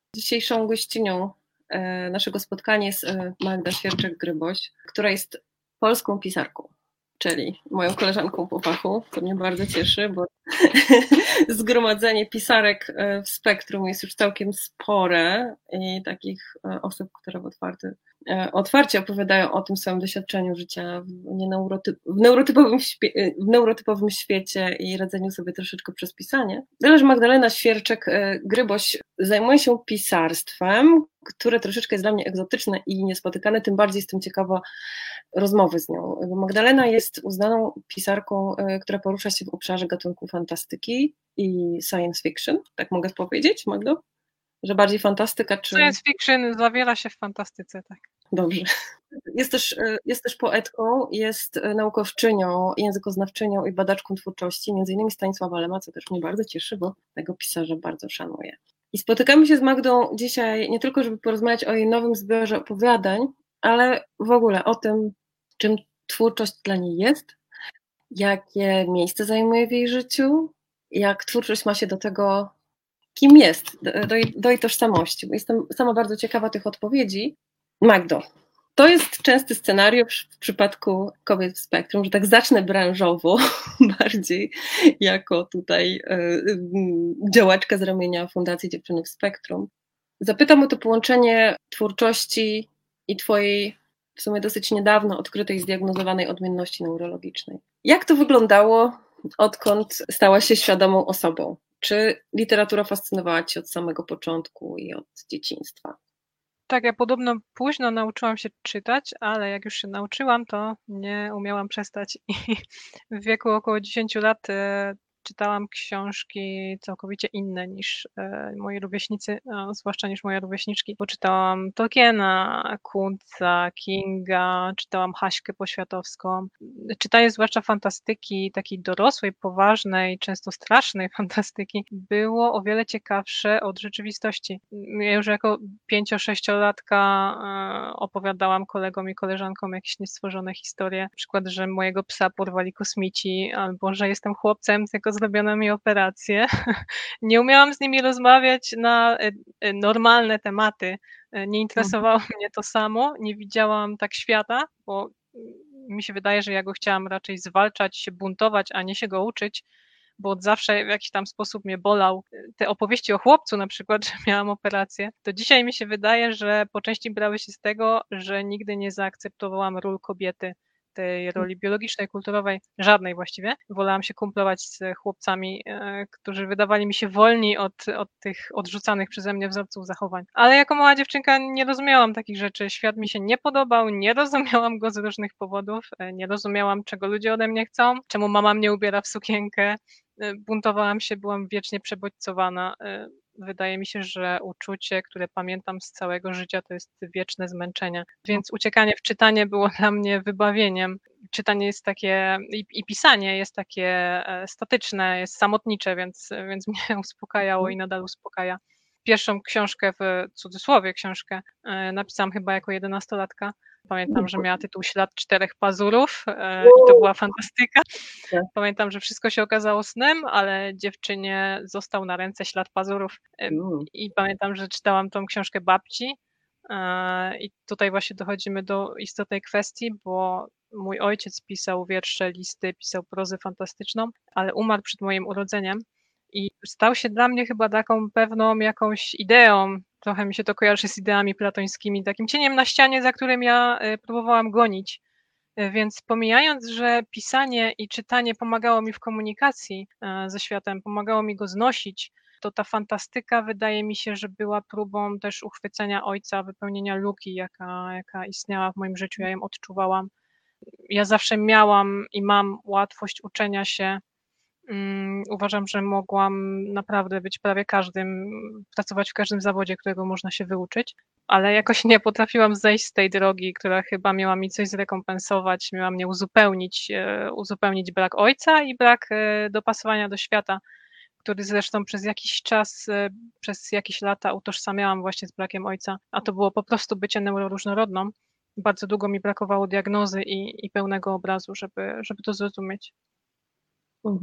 Dzisiejszą gościnią naszego spotkania jest Magda Świerczek-Gryboś, która jest polską pisarką, czyli moją koleżanką po fachu, co mnie bardzo cieszy, bo zgromadzenie pisarek w spektrum jest już całkiem spore i takich osób, które otwarcie opowiadają o tym swoim doświadczeniu życia w neurotypowym świecie i radzeniu sobie troszeczkę przez pisanie. Tyle, że Magdalena Świerczek-Gryboś zajmuje się pisarstwem, które troszeczkę jest dla mnie egzotyczne i niespotykane, tym bardziej jestem ciekawa rozmowy z nią. Bo Magdalena jest uznaną pisarką, która porusza się w obszarze gatunku fantastyki i science fiction, tak mogę powiedzieć, Magdo? Że bardziej fantastyka czy... Science fiction zawiera się w fantastyce, tak. Dobrze. Jest też poetką, jest naukowczynią, językoznawczynią i badaczką twórczości, między innymi Stanisława Lema, co też mnie bardzo cieszy, bo tego pisarza bardzo szanuję. I spotykamy się z Magdą dzisiaj nie tylko, żeby porozmawiać o jej nowym zbiorze opowiadań, ale w ogóle o tym, czym twórczość dla niej jest, jakie miejsce zajmuje w jej życiu, jak twórczość ma się do tego, kim jest, do jej tożsamości. Bo jestem sama bardzo ciekawa tych odpowiedzi. Magdo, to jest częsty scenariusz w przypadku kobiet w spektrum, że tak zacznę branżowo, bardziej jako tutaj działaczka z ramienia Fundacji Dziewczyny w Spektrum. Zapytam o to połączenie twórczości i twojej w sumie dosyć niedawno odkrytej, zdiagnozowanej odmienności neurologicznej. Jak to wyglądało, odkąd stałaś się świadomą osobą? Czy literatura fascynowała cię od samego początku i od dzieciństwa? Tak, ja podobno późno nauczyłam się czytać, ale jak już się nauczyłam, to nie umiałam przestać i w wieku około 10 lat czytałam książki całkowicie inne niż moi rówieśnicy, zwłaszcza niż moje rówieśniczki. Poczytałam Tolkiena, Kuntza, Kinga, czytałam Haśkę Poświatowską. Czytanie zwłaszcza fantastyki, takiej dorosłej, poważnej, często strasznej fantastyki, było o wiele ciekawsze od rzeczywistości. Ja już jako 5-6-latka opowiadałam kolegom i koleżankom jakieś niestworzone historie. Na przykład, że mojego psa porwali kosmici, albo że jestem chłopcem, tylko zrobiono mi operację. Nie umiałam z nimi rozmawiać na normalne tematy. Nie interesowało mnie to samo, nie widziałam tak świata, bo mi się wydaje, że ja go chciałam raczej zwalczać, się buntować, a nie się go uczyć, bo od zawsze w jakiś tam sposób mnie bolał. Te opowieści o chłopcu na przykład, że miałam operację, to dzisiaj mi się wydaje, że po części brały się z tego, że nigdy nie zaakceptowałam ról kobiety, tej roli biologicznej, kulturowej, żadnej właściwie. Wolałam się kumplować z chłopcami, którzy wydawali mi się wolni od tych odrzucanych przeze mnie wzorców zachowań. Ale jako mała dziewczynka nie rozumiałam takich rzeczy. Świat mi się nie podobał, nie rozumiałam go z różnych powodów, nie rozumiałam, czego ludzie ode mnie chcą, czemu mama mnie ubiera w sukienkę. Buntowałam się, byłam wiecznie przebodźcowana. Wydaje mi się, że uczucie, które pamiętam z całego życia, to jest wieczne zmęczenie. Więc uciekanie w czytanie było dla mnie wybawieniem. Czytanie jest takie i pisanie jest takie statyczne, jest samotnicze, więc mnie uspokajało i nadal uspokaja. Pierwszą książkę, w cudzysłowie książkę, napisałam chyba jako 11-latka. Pamiętam, że miała tytuł Ślad 4 pazurów i to była fantastyka. Pamiętam, że wszystko się okazało snem, ale dziewczynie został na ręce ślad pazurów. I pamiętam, że czytałam tą książkę babci i tutaj właśnie dochodzimy do istotnej kwestii, bo mój ojciec pisał wiersze, listy, pisał prozę fantastyczną, ale umarł przed moim urodzeniem i stał się dla mnie chyba taką pewną jakąś ideą. Trochę mi się to kojarzy z ideami platońskimi, takim cieniem na ścianie, za którym ja próbowałam gonić. Więc pomijając, że pisanie i czytanie pomagało mi w komunikacji ze światem, pomagało mi go znosić, to ta fantastyka wydaje mi się, że była próbą też uchwycenia ojca, wypełnienia luki, jaka istniała w moim życiu, ja ją odczuwałam. Ja zawsze miałam i mam łatwość uczenia się. Uważam, że mogłam naprawdę być prawie każdym, pracować w każdym zawodzie, którego można się wyuczyć, ale jakoś nie potrafiłam zejść z tej drogi, która chyba miała mi coś zrekompensować, miała mnie uzupełnić brak ojca i brak dopasowania do świata, który zresztą przez jakiś czas, przez jakieś lata utożsamiałam właśnie z brakiem ojca, a to było po prostu bycie neuroróżnorodną. Bardzo długo mi brakowało diagnozy i pełnego obrazu, żeby to zrozumieć. Mhm.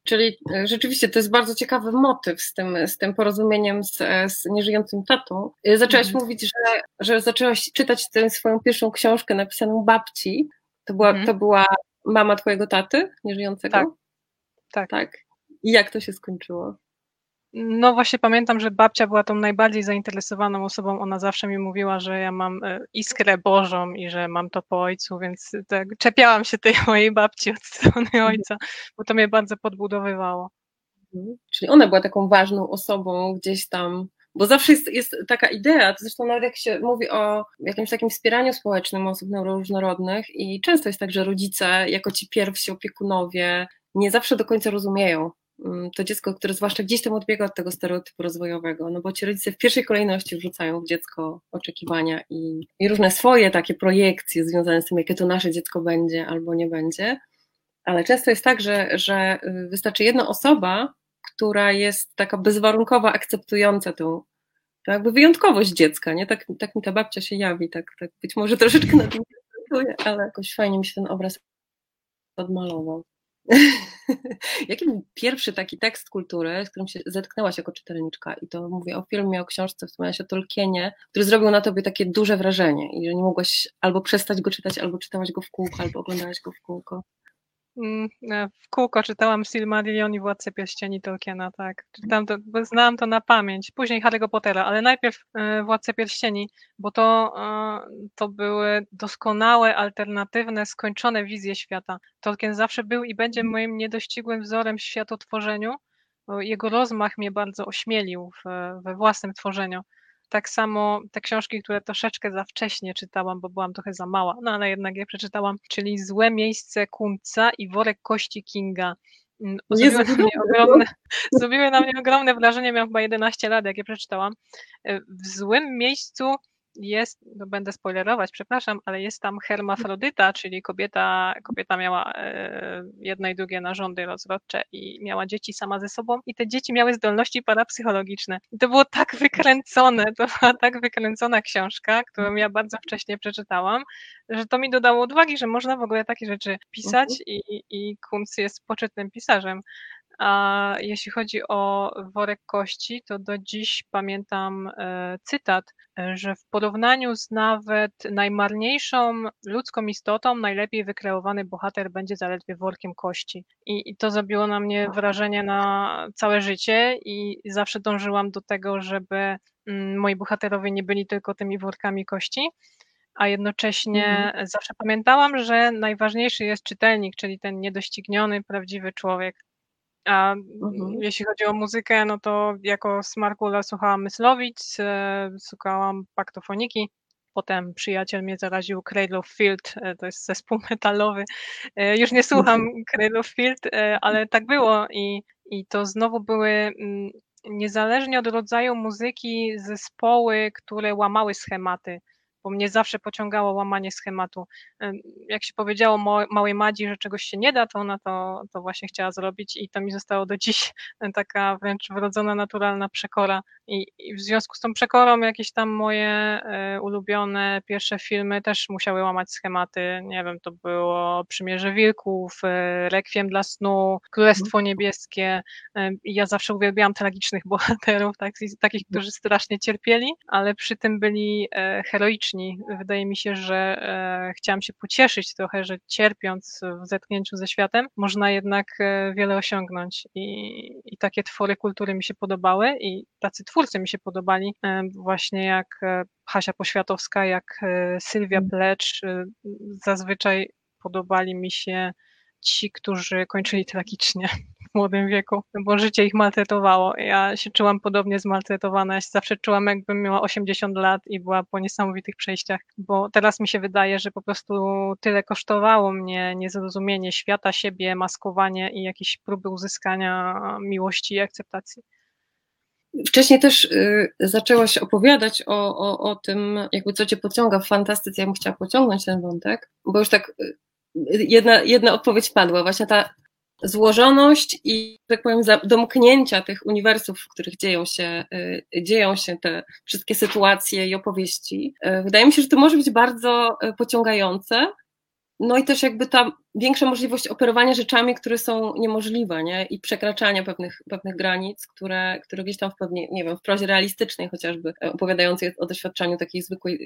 Czyli rzeczywiście to jest bardzo ciekawy motyw z tym porozumieniem z nieżyjącym tatą. Zaczęłaś mówić, że zaczęłaś czytać tę swoją pierwszą książkę napisaną babci. To była mama twojego taty nieżyjącego? Tak, tak. Tak. I jak to się skończyło? No właśnie pamiętam, że babcia była tą najbardziej zainteresowaną osobą. Ona zawsze mi mówiła, że ja mam iskrę Bożą i że mam to po ojcu, więc tak czepiałam się tej mojej babci od strony ojca, bo to mnie bardzo podbudowywało. Czyli ona była taką ważną osobą gdzieś tam, bo zawsze jest taka idea, to zresztą nawet jak się mówi o jakimś takim wspieraniu społecznym osób neuroróżnorodnych i często jest tak, że rodzice jako ci pierwsi opiekunowie nie zawsze do końca rozumieją to dziecko, które zwłaszcza gdzieś tam odbiega od tego stereotypu rozwojowego, no bo ci rodzice w pierwszej kolejności wrzucają w dziecko oczekiwania i różne swoje takie projekcje związane z tym, jakie to nasze dziecko będzie albo nie będzie, ale często jest tak, że wystarczy jedna osoba, która jest taka bezwarunkowo akceptująca tą jakby wyjątkowość dziecka, nie? Tak mi ta babcia się jawi, tak być może troszeczkę na tym interpretuję, ale jakoś fajnie mi się ten obraz odmalował. Jaki był pierwszy taki tekst kultury, z którym się zetknęłaś jako czytelniczka? I to mówię o filmie, o książce, wspomniałaś o Tolkienie, który zrobił na tobie takie duże wrażenie i że nie mogłaś albo przestać go czytać, albo czytałaś go w kółko, albo oglądałaś go w kółko. W kółko czytałam Silmarillion i Władcę Pierścieni Tolkiena, tak. Czytałam to, bo znałam to na pamięć. Później Harry'ego Pottera, ale najpierw Władcę Pierścieni, bo to były doskonałe, alternatywne, skończone wizje świata. Tolkien zawsze był i będzie moim niedościgłym wzorem w światotworzeniu. Jego rozmach mnie bardzo ośmielił we własnym tworzeniu. Tak samo te książki, które troszeczkę za wcześnie czytałam, bo byłam trochę za mała, no ale jednak je przeczytałam, czyli Złe miejsce Kuntza i Worek kości Kinga. Zrobiły na mnie ogromne wrażenie, miałam chyba 11 lat, jak je przeczytałam. W Złym miejscu jest, no będę spoilerować, przepraszam, ale jest tam hermafrodyta, czyli kobieta miała jedno i drugie narządy rozrodcze i miała dzieci sama ze sobą i te dzieci miały zdolności parapsychologiczne. I to było tak wykręcone, to była tak wykręcona książka, którą ja bardzo wcześnie przeczytałam, że to mi dodało odwagi, że można w ogóle takie rzeczy pisać i Kuntz jest poczytnym pisarzem. A jeśli chodzi o Worek kości, to do dziś pamiętam cytat, że w porównaniu z nawet najmarniejszą ludzką istotą najlepiej wykreowany bohater będzie zaledwie workiem kości. I to zrobiło na mnie wrażenie na całe życie i zawsze dążyłam do tego, żeby moi bohaterowie nie byli tylko tymi workami kości, a jednocześnie zawsze pamiętałam, że najważniejszy jest czytelnik, czyli ten niedościgniony, prawdziwy człowiek. A jeśli chodzi o muzykę, no to jako Smarkula słuchałam Myslowic, słuchałam Paktofoniki, potem przyjaciel mnie zaraził Cradle of Filth, to jest zespół metalowy. Już nie słucham Cradle of Filth, ale tak było i to znowu były niezależnie od rodzaju muzyki zespoły, które łamały schematy, bo mnie zawsze pociągało łamanie schematu. Jak się powiedziało małej Madzi, że czegoś się nie da, to ona to właśnie chciała zrobić i to mi zostało do dziś taka wręcz wrodzona, naturalna przekora. I w związku z tą przekorą jakieś tam moje ulubione pierwsze filmy też musiały łamać schematy. Nie wiem, to było Przymierze Wilków, Rekwiem dla snu, Królestwo Niebieskie. Ja zawsze uwielbiałam tragicznych bohaterów, takich, którzy strasznie cierpieli, ale przy tym byli heroiczni. Wydaje mi się, że chciałam się pocieszyć trochę, że cierpiąc w zetknięciu ze światem, można jednak wiele osiągnąć i takie twory kultury mi się podobały i tacy twórcy mi się podobali, właśnie jak Hasia Poświatowska, jak Sylwia Plecz. Zazwyczaj podobali mi się ci, którzy kończyli tragicznie w młodym wieku, bo życie ich maltretowało. Ja się czułam podobnie zmaltretowana, ja się zawsze czułam, jakbym miała 80 lat i była po niesamowitych przejściach, bo teraz mi się wydaje, że po prostu tyle kosztowało mnie niezrozumienie świata, siebie, maskowanie i jakieś próby uzyskania miłości i akceptacji. Wcześniej też zaczęłaś opowiadać o tym, jakby co cię pociąga w fantastyce. Ja bym chciała pociągnąć ten wątek, bo już tak jedna odpowiedź padła, właśnie ta złożoność i, tak powiem, domknięcia tych uniwersów, w których dzieją się te wszystkie sytuacje i opowieści. Wydaje mi się, że to może być bardzo pociągające, No i też jakby ta większa możliwość operowania rzeczami, które są niemożliwe, nie? I przekraczania pewnych granic, które gdzieś tam w pewnej, nie wiem, w prozie realistycznej chociażby, opowiadającej o doświadczeniu takiej zwykłej,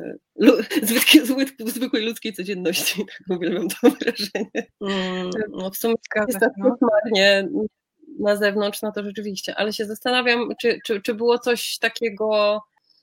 zwykłej ludzkiej codzienności, tak uwielbiam to wrażenie. No w sumie jest tak nie na zewnątrz, no to rzeczywiście, ale się zastanawiam, czy było coś takiego,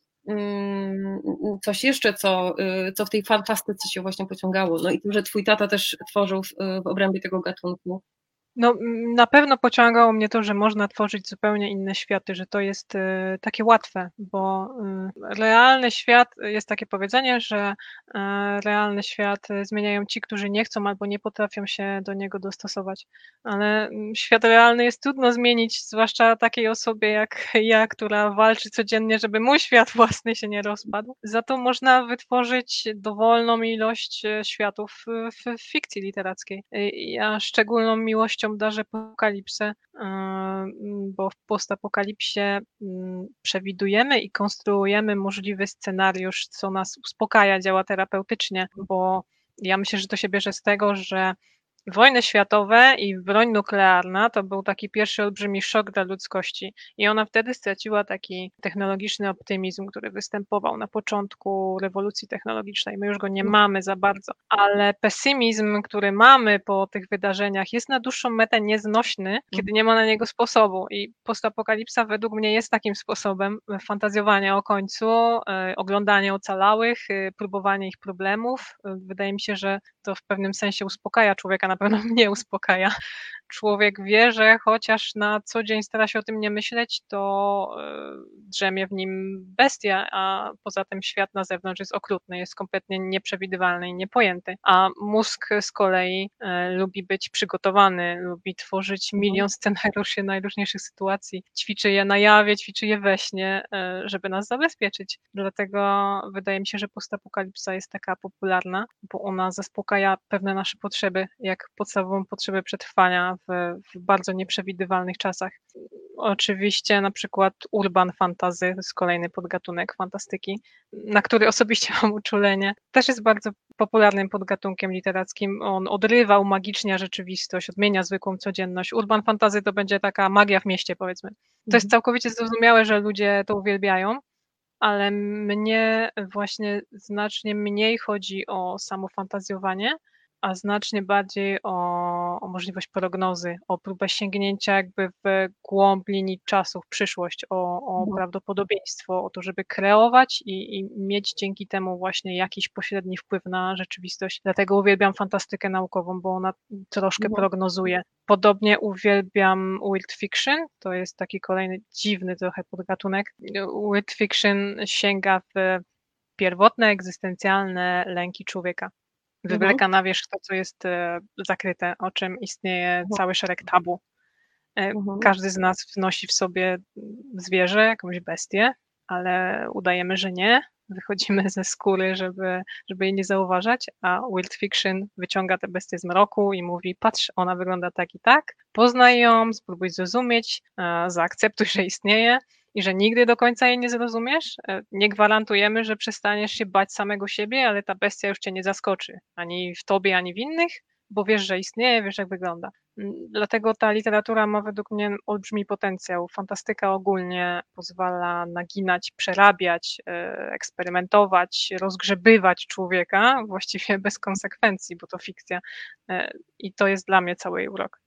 coś jeszcze, co w tej fantastyce się właśnie pociągało. No i to, że twój tata też tworzył w obrębie tego gatunku. No, na pewno pociągało mnie to, że można tworzyć zupełnie inne światy, że to jest takie łatwe, bo realny świat, jest takie powiedzenie, że realny świat zmieniają ci, którzy nie chcą albo nie potrafią się do niego dostosować, ale świat realny jest trudno zmienić, zwłaszcza takiej osobie jak ja, która walczy codziennie, żeby mój świat własny się nie rozpadł. Za to można wytworzyć dowolną ilość światów w fikcji literackiej. Ja szczególną miłością darzę apokalipsę, bo w postapokalipsie przewidujemy i konstruujemy możliwy scenariusz, co nas uspokaja, działa terapeutycznie, bo ja myślę, że to się bierze z tego, że wojny światowe i broń nuklearna to był taki pierwszy olbrzymi szok dla ludzkości i ona wtedy straciła taki technologiczny optymizm, który występował na początku rewolucji technologicznej. My już go nie mamy za bardzo, ale pesymizm, który mamy po tych wydarzeniach jest na dłuższą metę nieznośny, kiedy nie ma na niego sposobu i postapokalipsa według mnie jest takim sposobem fantazjowania o końcu, oglądania ocalałych, próbowanie ich problemów. Wydaje mi się, że to w pewnym sensie uspokaja człowieka, na pewno mnie uspokaja. Człowiek wie, że chociaż na co dzień stara się o tym nie myśleć, to drzemie w nim bestia, a poza tym świat na zewnątrz jest okrutny, jest kompletnie nieprzewidywalny i niepojęty. A mózg z kolei lubi być przygotowany, lubi tworzyć milion scenariuszy najróżniejszych sytuacji, ćwiczy je na jawie, ćwiczy je we śnie, żeby nas zabezpieczyć. Dlatego wydaje mi się, że postapokalipsa jest taka popularna, bo ona zaspokaja pewne nasze potrzeby, jak podstawową potrzebę przetrwania w bardzo nieprzewidywalnych czasach. Oczywiście na przykład urban fantasy, to jest kolejny podgatunek fantastyki, na który osobiście mam uczulenie. Też jest bardzo popularnym podgatunkiem literackim. On odrywa, umagicnia rzeczywistość, odmienia zwykłą codzienność. Urban fantasy to będzie taka magia w mieście, powiedzmy. To jest całkowicie zrozumiałe, że ludzie to uwielbiają, ale mnie właśnie znacznie mniej chodzi o samo fantazjowanie, a znacznie bardziej o możliwość prognozy, o próbę sięgnięcia jakby w głąb linii czasu, w przyszłość, o prawdopodobieństwo, o to, żeby kreować i mieć dzięki temu właśnie jakiś pośredni wpływ na rzeczywistość. Dlatego uwielbiam fantastykę naukową, bo ona troszkę prognozuje. Podobnie uwielbiam weird fiction, to jest taki kolejny dziwny trochę podgatunek. Weird fiction sięga w pierwotne, egzystencjalne lęki człowieka. Wywleka na wierzch to, co jest zakryte, o czym istnieje cały szereg tabu. Każdy z nas wnosi w sobie zwierzę, jakąś bestię, ale udajemy, że nie. Wychodzimy ze skóry, żeby jej nie zauważać, a Weird Fiction wyciąga tę bestię z mroku i mówi: patrz, ona wygląda tak i tak, poznaj ją, spróbuj zrozumieć, zaakceptuj, że istnieje i że nigdy do końca jej nie zrozumiesz. Nie gwarantujemy, że przestaniesz się bać samego siebie, ale ta bestia już cię nie zaskoczy, ani w tobie, ani w innych, bo wiesz, że istnieje, wiesz, jak wygląda. Dlatego ta literatura ma według mnie olbrzymi potencjał. Fantastyka ogólnie pozwala naginać, przerabiać, eksperymentować, rozgrzebywać człowieka właściwie bez konsekwencji, bo to fikcja. I to jest dla mnie cały jej urok.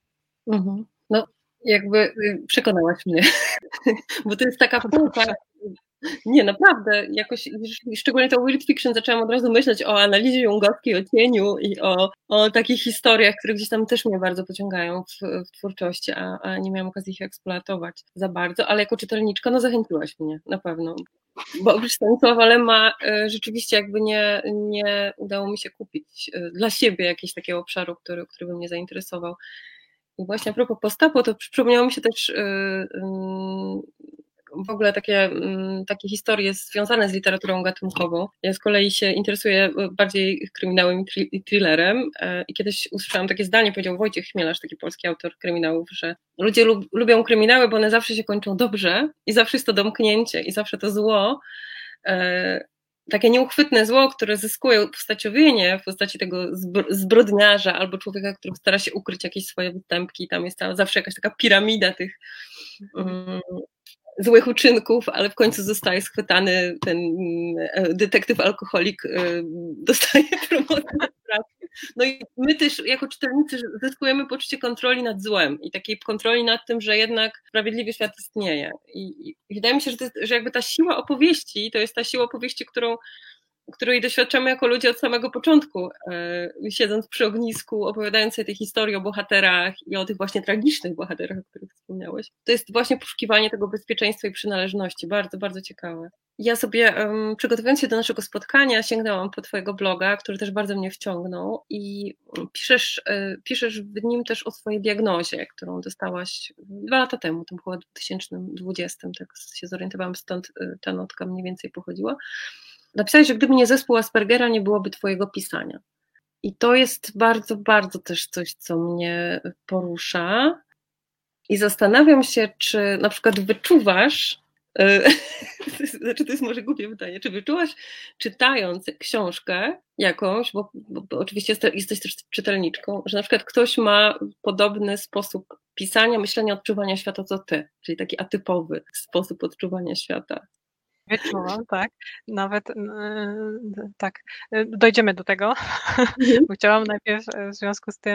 No, jakby przekonałaś mnie, bo to jest taka półka. Nie, naprawdę, jakoś, szczególnie to weird fiction, zaczęłam od razu myśleć o analizie jungowskiej, o cieniu i o takich historiach, które gdzieś tam też mnie bardzo pociągają w twórczości, a nie miałam okazji ich eksploatować za bardzo, ale jako czytelniczka, no zachęciłaś mnie, na pewno. Bo oprócz Stanisława Lema rzeczywiście jakby nie udało mi się kupić dla siebie jakiegoś takiego obszaru, który by mnie zainteresował. I właśnie a propos postapu, to przypomniało mi się też w ogóle takie historie związane z literaturą gatunkową. Ja z kolei się interesuję bardziej kryminałem i thrillerem i kiedyś usłyszałam takie zdanie, powiedział Wojciech Chmielarz, taki polski autor kryminałów, że ludzie lubią kryminały, bo one zawsze się kończą dobrze i zawsze jest to domknięcie i zawsze to zło takie nieuchwytne zło, które zyskuje postaciowienie w postaci tego zbrodniarza albo człowieka, który stara się ukryć jakieś swoje występki. Tam jest zawsze jakaś taka piramida tych złych uczynków, ale w końcu zostaje schwytany ten detektyw alkoholik, dostaje promocję pracy. No i my też jako czytelnicy zyskujemy poczucie kontroli nad złem i takiej kontroli nad tym, że jednak sprawiedliwy świat istnieje. I wydaje mi się, że jakby ta siła opowieści, to jest ta siła opowieści, której doświadczamy jako ludzie od samego początku, siedząc przy ognisku, opowiadając sobie te historie o bohaterach i o tych właśnie tragicznych bohaterach, o których wspomniałeś. To jest właśnie poszukiwanie tego bezpieczeństwa i przynależności. Bardzo, bardzo ciekawe. Ja sobie, przygotowując się do naszego spotkania, sięgnęłam po twojego bloga, który też bardzo mnie wciągnął i piszesz w nim też o swojej diagnozie, którą dostałaś 2 lata temu, to było w 2020, tak się zorientowałam, stąd ta notka mniej więcej pochodziła. Napisałeś, że gdyby nie zespół Aspergera, nie byłoby twojego pisania. I to jest bardzo, bardzo też coś, co mnie porusza. I zastanawiam się, czy na przykład wyczuwasz, znaczy to jest może głupie pytanie, czy wyczuwasz, czytając książkę jakąś, bo oczywiście jesteś też czytelniczką, że na przykład ktoś ma podobny sposób pisania, myślenia, odczuwania świata co ty, czyli taki atypowy sposób odczuwania świata. Wyczuwam, tak. Nawet tak, dojdziemy do tego, bo chciałam najpierw w związku z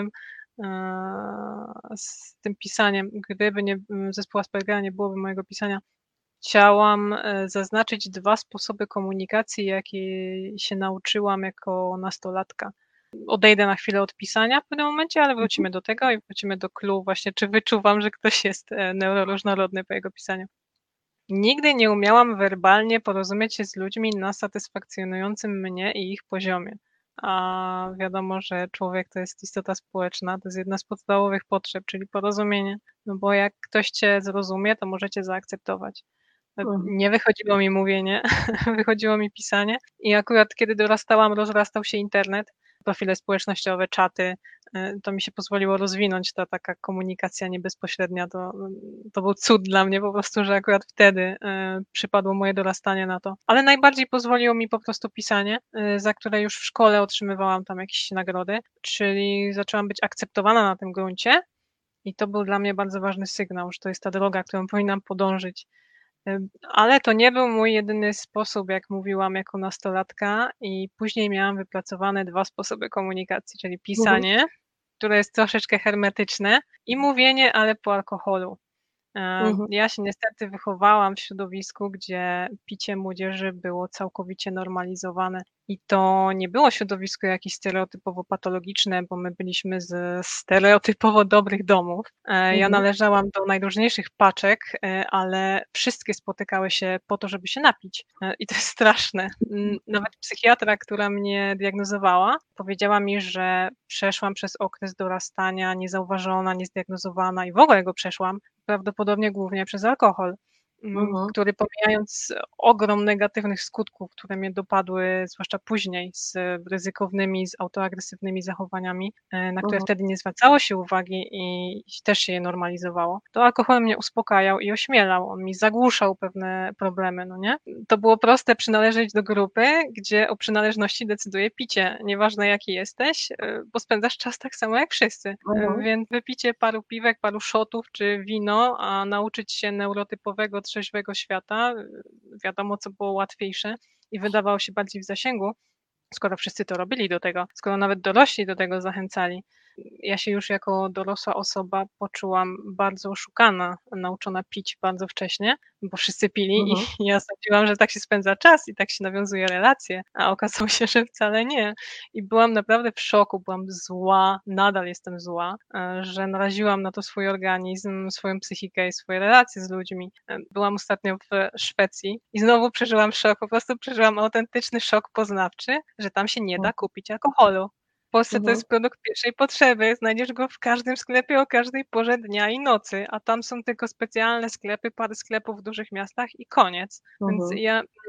tym pisaniem, gdyby nie zespół Aspergera, nie byłoby mojego pisania, chciałam zaznaczyć 2 sposoby komunikacji, jakie się nauczyłam jako nastolatka. Odejdę na chwilę od pisania w pewnym momencie, ale wrócimy do tego i wrócimy do clou właśnie, czy wyczuwam, że ktoś jest neuroróżnorodny po jego pisaniu. Nigdy nie umiałam werbalnie porozumieć się z ludźmi na satysfakcjonującym mnie i ich poziomie. A wiadomo, że człowiek to jest istota społeczna, to jest jedna z podstawowych potrzeb, czyli porozumienie. No bo jak ktoś cię zrozumie, to możecie zaakceptować. Nie wychodziło mi mówienie, wychodziło mi pisanie i akurat kiedy dorastałam, rozrastał się internet, profile społecznościowe, czaty, to mi się pozwoliło rozwinąć ta taka komunikacja niebezpośrednia. To był cud dla mnie po prostu, że akurat wtedy przypadło moje dorastanie na to. Ale najbardziej pozwoliło mi po prostu pisanie, za które już w szkole otrzymywałam tam jakieś nagrody, czyli zaczęłam być akceptowana na tym gruncie i to był dla mnie bardzo ważny sygnał, że to jest ta droga, którą powinnam podążyć. Ale to nie był mój jedyny sposób, jak mówiłam, jako nastolatka i później miałam wypracowane 2 sposoby komunikacji, czyli pisanie, które jest troszeczkę hermetyczne i mówienie, ale po alkoholu. Ja się niestety wychowałam w środowisku, gdzie picie młodzieży było całkowicie normalizowane i to nie było środowisko jakieś stereotypowo patologiczne, bo my byliśmy z stereotypowo dobrych domów. Ja należałam do najróżniejszych paczek, ale wszystkie spotykały się po to, żeby się napić. I to jest straszne. Nawet psychiatra, która mnie diagnozowała, powiedziała mi, że przeszłam przez okres dorastania niezauważona, niezdiagnozowana i w ogóle go przeszłam, prawdopodobnie głównie przez alkohol, który pomijając ogrom negatywnych skutków, które mnie dopadły, zwłaszcza później z ryzykownymi, z autoagresywnymi zachowaniami, na które wtedy nie zwracało się uwagi i też się je normalizowało, to alkohol mnie uspokajał i ośmielał, on mi zagłuszał pewne problemy, no nie? To było proste przynależeć do grupy, gdzie o przynależności decyduje picie, nieważne jaki jesteś, bo spędzasz czas tak samo jak wszyscy, więc wypicie paru piwek, paru shotów czy wino, a nauczyć się neurotypowego, trzeźwego świata, wiadomo co było łatwiejsze i wydawało się bardziej w zasięgu, skoro wszyscy to robili do tego, skoro nawet dorośli do tego zachęcali. Ja się już jako dorosła osoba poczułam bardzo oszukana, nauczona pić bardzo wcześnie, bo wszyscy pili i ja sądziłam, że tak się spędza czas i tak się nawiązuje relacje, a okazało się, że wcale nie. I byłam naprawdę w szoku, byłam zła, nadal jestem zła, że naraziłam na to swój organizm, swoją psychikę i swoje relacje z ludźmi. Byłam ostatnio w Szwecji i znowu przeżyłam szok, po prostu przeżyłam autentyczny szok poznawczy, że tam się nie da kupić alkoholu. W Polsce to Mhm. jest produkt pierwszej potrzeby. Znajdziesz go w każdym sklepie o każdej porze dnia i nocy, a tam są tylko specjalne sklepy, parę sklepów w dużych miastach i koniec. Więc Mhm.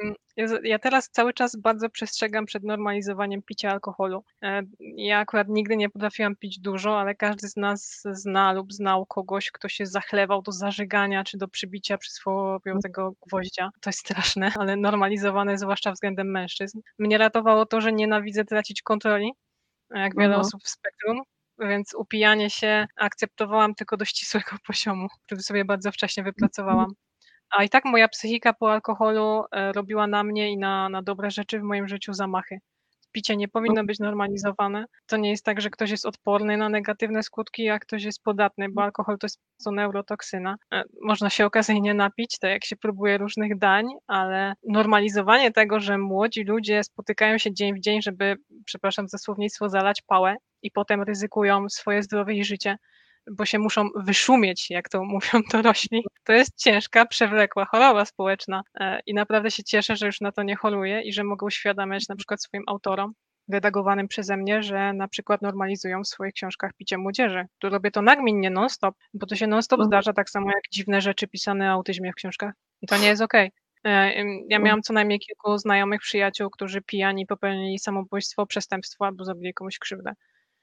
ja teraz cały czas bardzo przestrzegam przed normalizowaniem picia alkoholu. Ja akurat nigdy nie potrafiłam pić dużo, ale każdy z nas zna lub znał kogoś, kto się zachlewał do zażygania czy do przybicia przysłowiowego gwoździa. To jest straszne, ale normalizowane zwłaszcza względem mężczyzn. Mnie ratowało to, że nienawidzę tracić kontroli, jak wiele Mhm. osób w spektrum, więc upijanie się akceptowałam tylko do ścisłego poziomu, który sobie bardzo wcześnie wypracowałam. A i tak moja psychika po alkoholu robiła na mnie i na dobre rzeczy w moim życiu zamachy. Picie nie powinno być normalizowane. To nie jest tak, że ktoś jest odporny na negatywne skutki, a ktoś jest podatny, bo alkohol to jest po prostu neurotoksyna. Można się okazyjnie napić, tak jak się próbuje różnych dań, ale normalizowanie tego, że młodzi ludzie spotykają się dzień w dzień, żeby, przepraszam za słownictwo, zalać pałę i potem ryzykują swoje zdrowie i życie, bo się muszą wyszumieć, jak to mówią dorośli. To jest ciężka, przewlekła choroba społeczna i naprawdę się cieszę, że już na to nie choruję i że mogę uświadamiać na przykład swoim autorom redagowanym przeze mnie, że na przykład normalizują w swoich książkach picie młodzieży. Tu robię to nagminnie non-stop, bo to się non-stop Mhm. zdarza, tak samo jak dziwne rzeczy pisane o autyzmie w książkach. I to nie jest okej. Ja miałam co najmniej kilku znajomych, przyjaciół, którzy pijani popełnili samobójstwo, przestępstwo albo zrobili komuś krzywdę.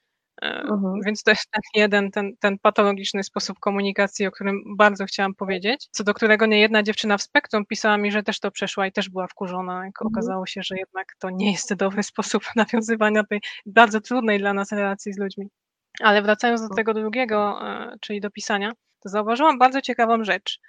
Mhm. Więc to jest ten patologiczny sposób komunikacji, o którym bardzo chciałam powiedzieć, co do którego niejedna dziewczyna w spektrum pisała mi, że też to przeszła i też była wkurzona, jak Mhm. okazało się, że jednak to nie jest dobry sposób nawiązywania tej bardzo trudnej dla nas relacji z ludźmi. Ale wracając do tego drugiego, czyli do pisania, to zauważyłam bardzo ciekawą rzecz.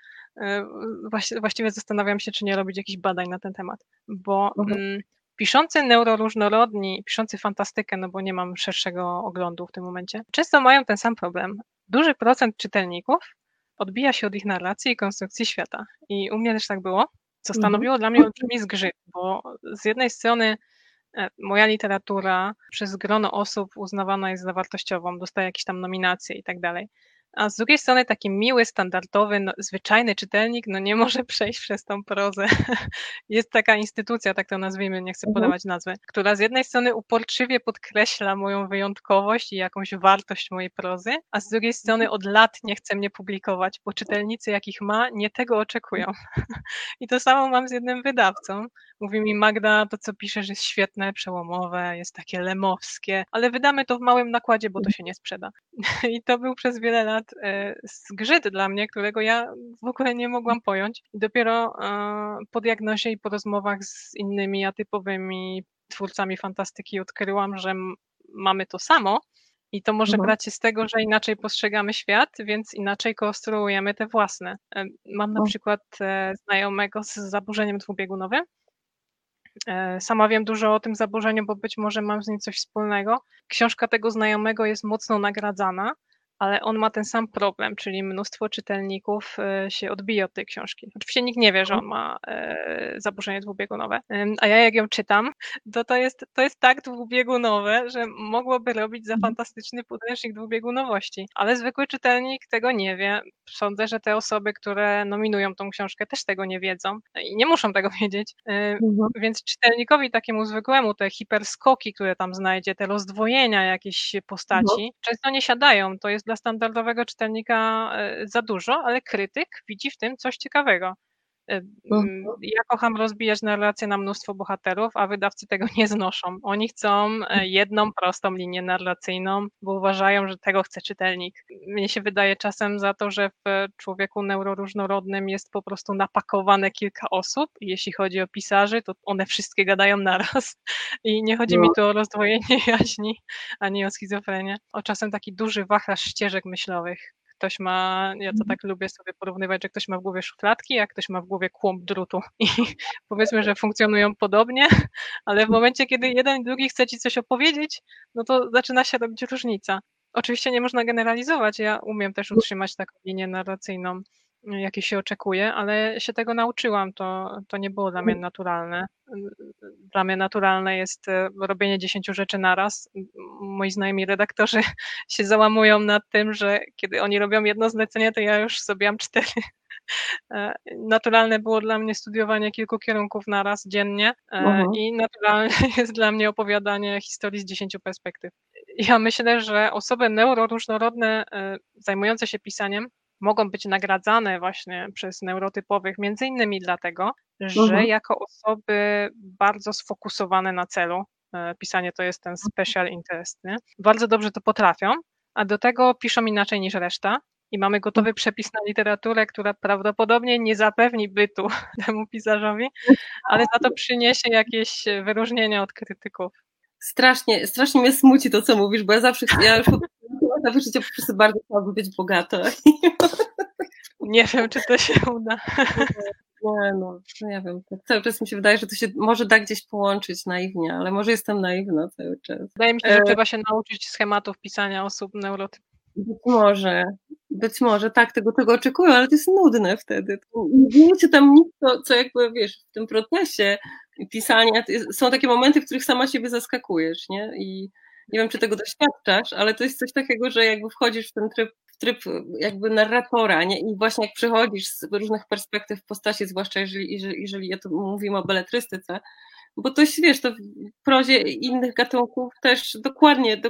Właściwie zastanawiam się, czy nie robić jakichś badań na ten temat, bo Mhm. piszący neuroróżnorodni, piszący fantastykę, no bo nie mam szerszego oglądu w tym momencie, często mają ten sam problem. Duży procent czytelników odbija się od ich narracji i konstrukcji świata. I u mnie też tak było, co Mhm. stanowiło dla mnie olbrzymi zgrzyt, bo z jednej strony moja literatura przez grono osób uznawana jest za wartościową, dostaje jakieś tam nominacje i tak dalej. A z drugiej strony taki miły, standardowy, zwyczajny czytelnik nie może przejść przez tą prozę. Jest taka instytucja, tak to nazwijmy, nie chcę Mhm. podawać nazwy, która z jednej strony uporczywie podkreśla moją wyjątkowość i jakąś wartość mojej prozy, a z drugiej strony od lat nie chce mnie publikować, bo czytelnicy, jakich ma, nie tego oczekują. I to samo mam z jednym wydawcą. Mówi mi: Magda, to co piszesz jest świetne, przełomowe, jest takie lemowskie, ale wydamy to w małym nakładzie, bo to się nie sprzeda. I to był przez wiele lat zgrzyt dla mnie, którego ja w ogóle nie mogłam pojąć. I dopiero po diagnozie i po rozmowach z innymi atypowymi twórcami fantastyki odkryłam, że mamy to samo. I to może Mhm. brać się z tego, że inaczej postrzegamy świat, więc inaczej konstruujemy te własne. Mam na przykład znajomego z zaburzeniem dwubiegunowym. Sama wiem dużo o tym zaburzeniu, bo być może mam z nim coś wspólnego. Książka tego znajomego jest mocno nagradzana, ale on ma ten sam problem, czyli mnóstwo czytelników się odbija od tej książki. Oczywiście nikt nie wie, że on ma zaburzenie dwubiegunowe, a ja jak ją czytam, to jest tak dwubiegunowe, że mogłoby robić za fantastyczny podręcznik dwubiegunowości, ale zwykły czytelnik tego nie wie. Sądzę, że te osoby, które nominują tą książkę, też tego nie wiedzą i nie muszą tego wiedzieć. Mhm. Więc czytelnikowi takiemu zwykłemu te hiperskoki, które tam znajdzie, te rozdwojenia jakiejś Mhm. postaci, często nie siadają. To jest dla standardowego czytelnika za dużo, ale krytyk widzi w tym coś ciekawego. Mhm. Ja kocham rozbijać narrację na mnóstwo bohaterów, a wydawcy tego nie znoszą. Oni chcą jedną prostą linię narracyjną, bo uważają, że tego chce czytelnik. Mnie się wydaje czasem za to, że w człowieku neuroróżnorodnym jest po prostu napakowane kilka osób. Jeśli chodzi o pisarzy, to one wszystkie gadają naraz. I nie chodzi mi No. tu o rozdwojenie jaźni, ani o schizofrenię. O czasem taki duży wachlarz ścieżek myślowych. Ktoś ma, ja to tak lubię sobie porównywać, że ktoś ma w głowie szufladki, a ktoś ma w głowie kłąb drutu. I powiedzmy, że funkcjonują podobnie, ale w momencie, kiedy jeden i drugi chce ci coś opowiedzieć, no to zaczyna się robić różnica. Oczywiście nie można generalizować, ja umiem też utrzymać taką linię narracyjną, jakiej się oczekuje, ale się tego nauczyłam, to nie było dla mnie naturalne. Dla mnie naturalne jest robienie 10 rzeczy naraz. Moi znajomi redaktorzy się załamują nad tym, że kiedy oni robią jedno zlecenie, to ja już zrobiłam 4. Naturalne było dla mnie studiowanie kilku kierunków naraz dziennie Mhm. i naturalne jest dla mnie opowiadanie historii z 10 perspektyw. Ja myślę, że osoby neuroróżnorodne zajmujące się pisaniem mogą być nagradzane właśnie przez neurotypowych, między innymi dlatego, że jako osoby bardzo sfokusowane na celu, pisanie to jest ten special interest, nie? Bardzo dobrze to potrafią, a do tego piszą inaczej niż reszta i mamy gotowy przepis na literaturę, która prawdopodobnie nie zapewni bytu temu pisarzowi, ale za to przyniesie jakieś wyróżnienia od krytyków. Strasznie mnie smuci to, co mówisz, bo ja już zawsze życie po prostu bardzo chciałabym być bogata. Nie wiem, czy to się uda. Nie, no ja wiem, tak cały czas mi się wydaje, że to się może da gdzieś połączyć naiwnie, ale może jestem naiwna cały czas. Wydaje mi się, że trzeba się nauczyć schematów pisania osób neurotypowych. Być może, tak, tego oczekują, ale to jest nudne wtedy. Nie dzieje się tam nic, co jakby, wiesz, w tym procesie pisania, są takie momenty, w których sama siebie zaskakujesz, nie? I nie wiem, czy tego doświadczasz, ale to jest coś takiego, że jakby wchodzisz w ten tryb jakby narratora, nie? I właśnie jak przechodzisz z różnych perspektyw postaci, zwłaszcza jeżeli ja tu mówimy o beletrystyce, bo to jest, wiesz, to w prozie innych gatunków też dokładnie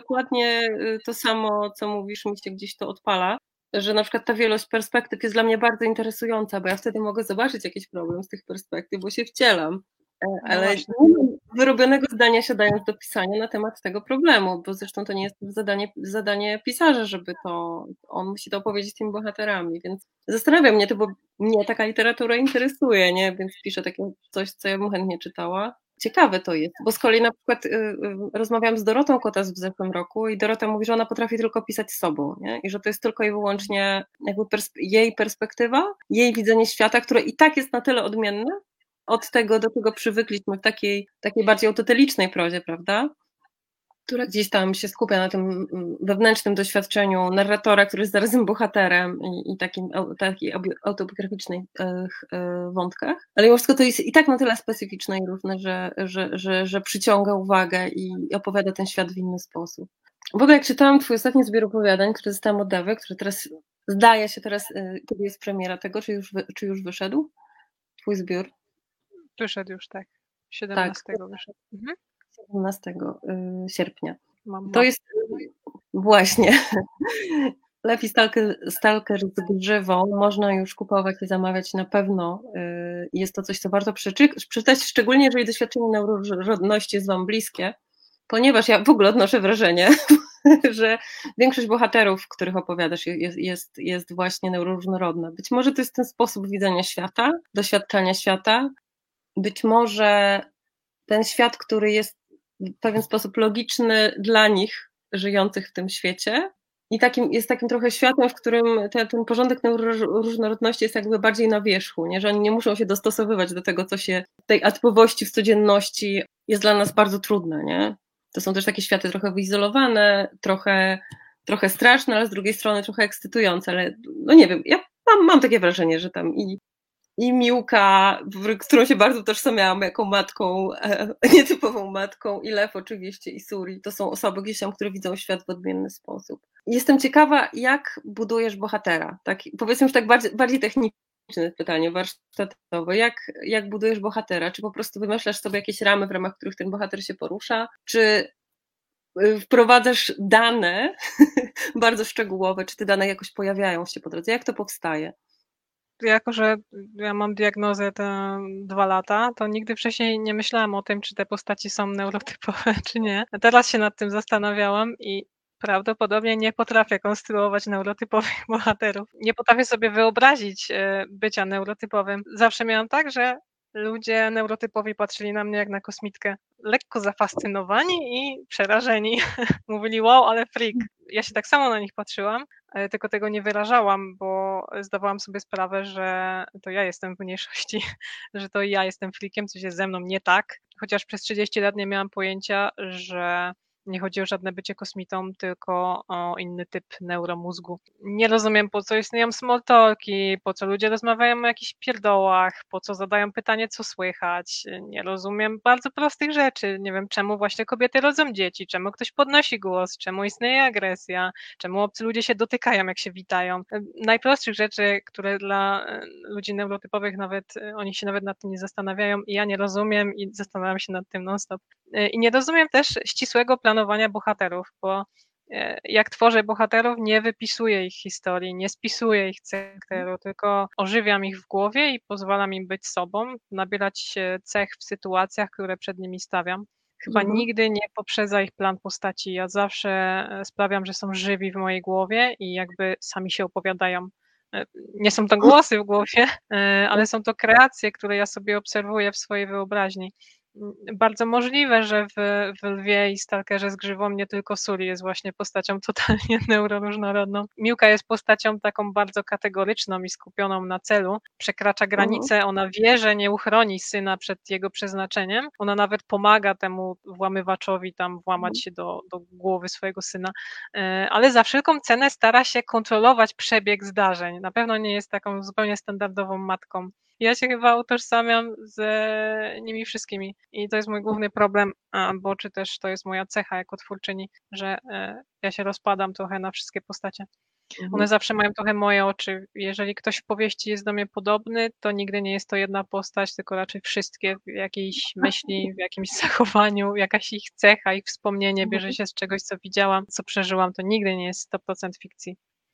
to samo, co mówisz, mi się gdzieś to odpala, że na przykład ta wielość perspektyw jest dla mnie bardzo interesująca, bo ja wtedy mogę zobaczyć jakiś problem z tych perspektyw, bo się wcielam, ale nie mam wyrobionego zdania siadając do pisania na temat tego problemu, bo zresztą to nie jest zadanie pisarza, żeby on musi to opowiedzieć tymi bohaterami, więc zastanawia mnie to, bo mnie taka literatura interesuje, nie? Więc piszę takie coś, co ja bym chętnie czytała. Ciekawe to jest, bo z kolei na przykład rozmawiałam z Dorotą Kotas w zeszłym roku i Dorota mówi, że ona potrafi tylko pisać sobą, nie? I że to jest tylko i wyłącznie jakby jej perspektywa, jej widzenie świata, które i tak jest na tyle odmienne od tego, do czego przywykliśmy w takiej bardziej autotelicznej prozie, prawda? Która gdzieś tam się skupia na tym wewnętrznym doświadczeniu narratora, który jest zarazem bohaterem i takiej autobiograficznej wątkach. Ale mimo wszystko to jest i tak na tyle specyficzne i różne, że przyciąga uwagę i opowiada ten świat w inny sposób. W ogóle jak czytałam twój ostatni zbiór opowiadań, który dostałam od Ewy, który teraz zdaje się kiedy jest premiera tego, czy już wyszedł twój zbiór? Wyszedł już, tak. 17 wyszedł. 17 sierpnia. Mam to jest właśnie Lew i Stalker z grzywą. Można już kupować i zamawiać na pewno. Jest to coś, co warto przeczytać, szczególnie jeżeli doświadczenie neuroróżnorodności jest wam bliskie, ponieważ ja w ogóle odnoszę wrażenie, że większość bohaterów, których opowiadasz, jest właśnie neuroróżnorodna. Być może to jest ten sposób widzenia świata, doświadczania świata. Być może ten świat, który jest w pewien sposób logiczny dla nich, żyjących w tym świecie, i jest takim trochę światem, w którym ten porządek neuroróżnorodności jest jakby bardziej na wierzchu, nie? Że oni nie muszą się dostosowywać do tego, co się tej atypowości w codzienności jest dla nas bardzo trudne, nie? To są też takie światy trochę wyizolowane, trochę straszne, ale z drugiej strony trochę ekscytujące, ale no nie wiem, ja mam takie wrażenie, że tam i Miłka, z którą się bardzo utożsamiałam jako matką, nietypową matką, i Lew oczywiście, i Suri. To są osoby gdzieś tam, które widzą świat w odmienny sposób. Jestem ciekawa, jak budujesz bohatera. Tak, powiedzmy już tak bardziej techniczne pytanie, warsztatowe. Jak budujesz bohatera? Czy po prostu wymyślasz sobie jakieś ramy, w ramach których ten bohater się porusza? Czy wprowadzasz dane bardzo szczegółowe? Czy te dane jakoś pojawiają się po drodze? Jak to powstaje? Jako że ja mam diagnozę te 2 lata, to nigdy wcześniej nie myślałam o tym, czy te postaci są neurotypowe, czy nie. A teraz się nad tym zastanawiałam i prawdopodobnie nie potrafię konstruować neurotypowych bohaterów. Nie potrafię sobie wyobrazić bycia neurotypowym. Zawsze miałam tak, że ludzie neurotypowi patrzyli na mnie jak na kosmitkę, lekko zafascynowani i przerażeni. Mówili, wow, ale freak. Ja się tak samo na nich patrzyłam, tylko tego nie wyrażałam, bo zdawałam sobie sprawę, że to ja jestem w mniejszości, że to ja jestem freakiem, coś jest ze mną nie tak. Chociaż przez 30 lat nie miałam pojęcia, że nie chodzi o żadne bycie kosmitą, tylko o inny typ neuromózgu. Nie rozumiem, po co istnieją smalltalki, po co ludzie rozmawiają o jakichś pierdołach, po co zadają pytanie, co słychać. Nie rozumiem bardzo prostych rzeczy. Nie wiem, czemu właśnie kobiety rodzą dzieci, czemu ktoś podnosi głos, czemu istnieje agresja, czemu obcy ludzie się dotykają, jak się witają. Najprostszych rzeczy, które dla ludzi neurotypowych oni się nawet nad tym nie zastanawiają i ja nie rozumiem i zastanawiam się nad tym non-stop. I nie rozumiem też ścisłego planowania bohaterów, bo jak tworzę bohaterów, nie wypisuję ich historii, nie spisuję ich charakteru, tylko ożywiam ich w głowie i pozwalam im być sobą, nabierać cech w sytuacjach, które przed nimi stawiam. Chyba nigdy nie poprzedza ich plan postaci. Ja zawsze sprawiam, że są żywi w mojej głowie i jakby sami się opowiadają. Nie są to głosy w głowie, ale są to kreacje, które ja sobie obserwuję w swojej wyobraźni. Bardzo możliwe, że w Lwie i Stalkerze z Grzywą nie tylko Sully jest właśnie postacią totalnie neuroróżnorodną. Miłka jest postacią taką bardzo kategoryczną i skupioną na celu. Przekracza granice, ona wie, że nie uchroni syna przed jego przeznaczeniem. Ona nawet pomaga temu włamywaczowi tam włamać się do głowy swojego syna, ale za wszelką cenę stara się kontrolować przebieg zdarzeń. Na pewno nie jest taką zupełnie standardową matką. Ja się chyba utożsamiam z nimi wszystkimi i to jest mój główny problem, bo czy też to jest moja cecha jako twórczyni, że ja się rozpadam trochę na wszystkie postacie. One zawsze mają trochę moje oczy. Jeżeli ktoś w powieści jest do mnie podobny, to nigdy nie jest to jedna postać, tylko raczej wszystkie w jakiejś myśli, w jakimś zachowaniu, jakaś ich cecha, ich wspomnienie bierze się z czegoś, co widziałam, co przeżyłam. To nigdy nie jest 100% fikcji.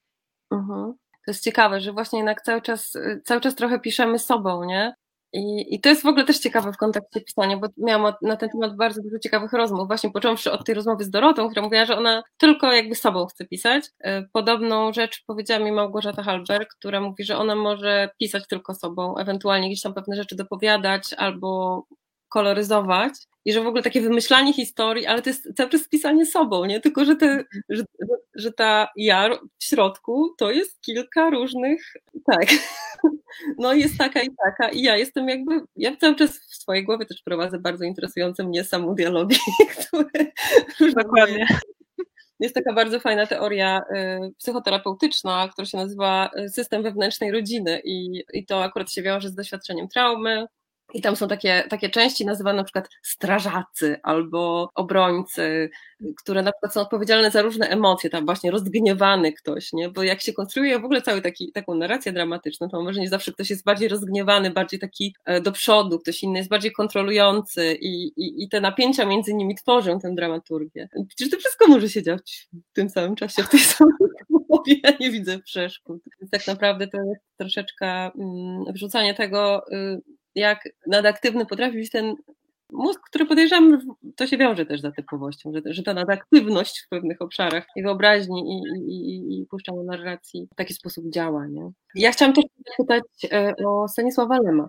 To jest ciekawe, że właśnie jednak cały czas trochę piszemy sobą, nie? I to jest w ogóle też ciekawe w kontekście pisania, bo miałam na ten temat bardzo dużo ciekawych rozmów, właśnie począwszy od tej rozmowy z Dorotą, która mówiła, że ona tylko jakby sobą chce pisać. Podobną rzecz powiedziała mi Małgorzata Halberg, która mówi, że ona może pisać tylko sobą, ewentualnie gdzieś tam pewne rzeczy dopowiadać albo koloryzować i że w ogóle takie wymyślanie historii, ale to jest cały czas pisanie sobą, nie? Tylko, że ta ja w środku to jest kilka różnych, tak, no jest taka i taka i ja cały czas w swojej głowie też prowadzę bardzo interesujące mnie samodialogi, które dokładnie. Jest taka bardzo fajna teoria psychoterapeutyczna, która się nazywa system wewnętrznej rodziny i to akurat się wiąże z doświadczeniem traumy. I tam są takie części nazywane na przykład strażacy albo obrońcy, które na przykład są odpowiedzialne za różne emocje, tam właśnie rozgniewany ktoś, nie? Bo jak się konstruuje w ogóle taką narrację dramatyczną, to mam wrażenie, że zawsze ktoś jest bardziej rozgniewany, bardziej taki do przodu, ktoś inny jest bardziej kontrolujący i te napięcia między nimi tworzą tę dramaturgię. Przecież to wszystko może się dziać w tym samym czasie, w tej samej głowie, ja nie widzę przeszkód. Więc tak naprawdę to jest troszeczkę wrzucanie tego, jak nadaktywny potrafi być ten mózg, który podejrzewam, to się wiąże też z atypowością, że ta nadaktywność w pewnych obszarach i wyobraźni i puszczania narracji w taki sposób działa. Nie? Ja chciałam też zapytać o Stanisława Lema.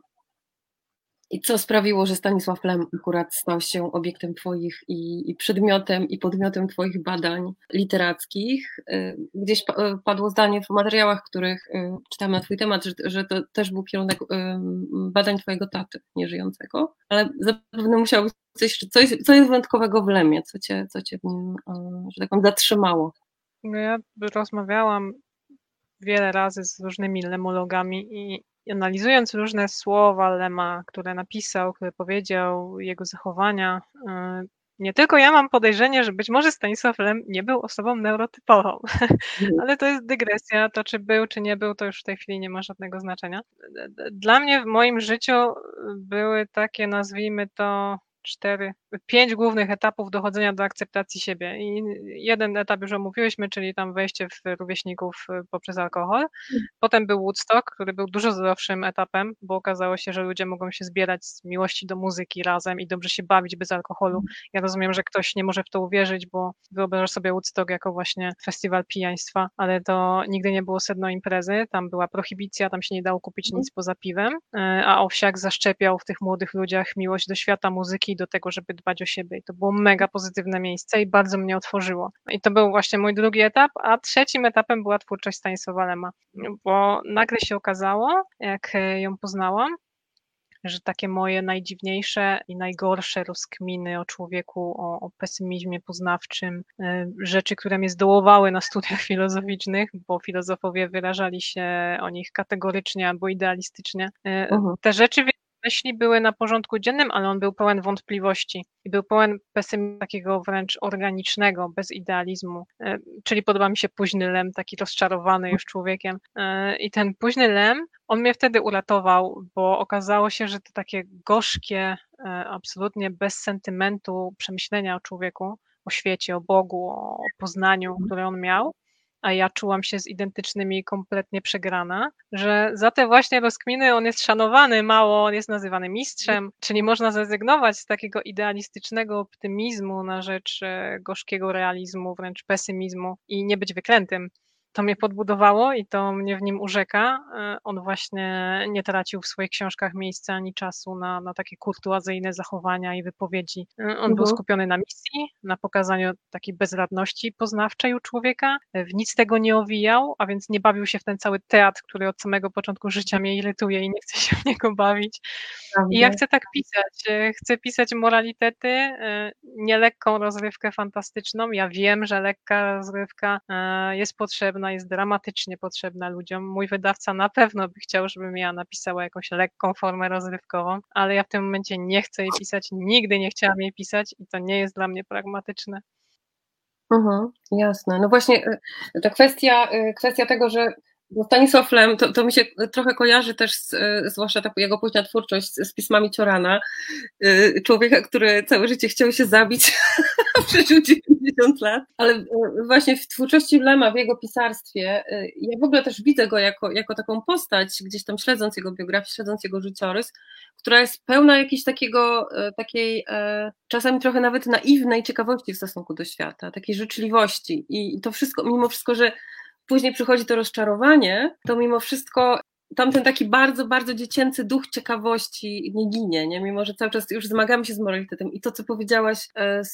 I co sprawiło, że Stanisław Lem akurat stał się obiektem twoich i przedmiotem i podmiotem twoich badań literackich? Gdzieś padło zdanie w materiałach, których czytamy na twój temat, że to też był kierunek badań twojego taty nieżyjącego, ale zapewne musiało być coś, co jest wyjątkowego w Lemie, co cię w nim, że tak powiem, zatrzymało. No ja rozmawiałam wiele razy z różnymi lemologami i analizując różne słowa Lema, które napisał, które powiedział, jego zachowania, nie tylko ja mam podejrzenie, że być może Stanisław Lem nie był osobą neurotypową, ale to jest dygresja, to czy był, czy nie był, to już w tej chwili nie ma żadnego znaczenia. Dla mnie w moim życiu były takie, nazwijmy to, 5 głównych etapów dochodzenia do akceptacji siebie. I jeden etap już omówiłyśmy, czyli tam wejście w rówieśników poprzez alkohol. Potem był Woodstock, który był dużo zdrowszym etapem, bo okazało się, że ludzie mogą się zbierać z miłości do muzyki razem i dobrze się bawić bez alkoholu. Ja rozumiem, że ktoś nie może w to uwierzyć, bo wyobrażasz sobie Woodstock jako właśnie festiwal pijaństwa, ale to nigdy nie było sedno imprezy. Tam była prohibicja, tam się nie dało kupić nic poza piwem, a Owsiak zaszczepiał w tych młodych ludziach miłość do świata muzyki, do tego, żeby dbać o siebie. I to było mega pozytywne miejsce i bardzo mnie otworzyło. I to był właśnie mój drugi etap, a trzecim etapem była twórczość Stanisława Lema, bo nagle się okazało, jak ją poznałam, że takie moje najdziwniejsze i najgorsze rozkminy o człowieku, o pesymizmie poznawczym, rzeczy, które mnie zdołowały na studiach filozoficznych, bo filozofowie wyrażali się o nich kategorycznie albo idealistycznie. Te rzeczy myśli były na porządku dziennym, ale on był pełen wątpliwości i był pełen pesymizmu takiego wręcz organicznego, bez idealizmu. Czyli podoba mi się późny Lem, taki rozczarowany już człowiekiem. I ten późny Lem, on mnie wtedy uratował, bo okazało się, że to takie gorzkie, absolutnie bez sentymentu przemyślenia o człowieku, o świecie, o Bogu, o poznaniu, które on miał, a ja czułam się z identycznymi kompletnie przegrana, że za te właśnie rozkminy on jest szanowany mało, on jest nazywany mistrzem, czyli można zrezygnować z takiego idealistycznego optymizmu na rzecz gorzkiego realizmu, wręcz pesymizmu i nie być wyklętym. To mnie podbudowało i to mnie w nim urzeka. On właśnie nie tracił w swoich książkach miejsca ani czasu na takie kurtuazyjne zachowania i wypowiedzi. On był skupiony na misji, na pokazaniu takiej bezradności poznawczej u człowieka. W nic tego nie owijał, a więc nie bawił się w ten cały teatr, który od samego początku życia mnie irytuje i nie chce się w niego bawić. I ja chcę tak pisać. Chcę pisać moralitety, nie lekką rozrywkę fantastyczną. Ja wiem, że lekka rozrywka jest potrzebna, jest dramatycznie potrzebna ludziom. Mój wydawca na pewno by chciał, żebym ja napisała jakąś lekką formę rozrywkową, ale ja w tym momencie nie chcę jej pisać, nigdy nie chciałam jej pisać i to nie jest dla mnie pragmatyczne. Jasne. No właśnie ta kwestia tego, że Stanisław Lem, to mi się trochę kojarzy też, zwłaszcza ta jego późna twórczość z pismami Ciorana, człowieka, który całe życie chciał się zabić, a przeżył 90 lat, ale właśnie w twórczości Lema, w jego pisarstwie, ja w ogóle też widzę go jako taką postać, gdzieś tam śledząc jego biografię, śledząc jego życiorys, która jest pełna jakiejś takiej czasami trochę nawet naiwnej ciekawości w stosunku do świata, takiej życzliwości i to wszystko, mimo wszystko, że później przychodzi to rozczarowanie, to mimo wszystko tamten taki bardzo, bardzo dziecięcy duch ciekawości nie ginie, nie? Mimo że cały czas już zmagamy się z moralitetem. I to, co powiedziałaś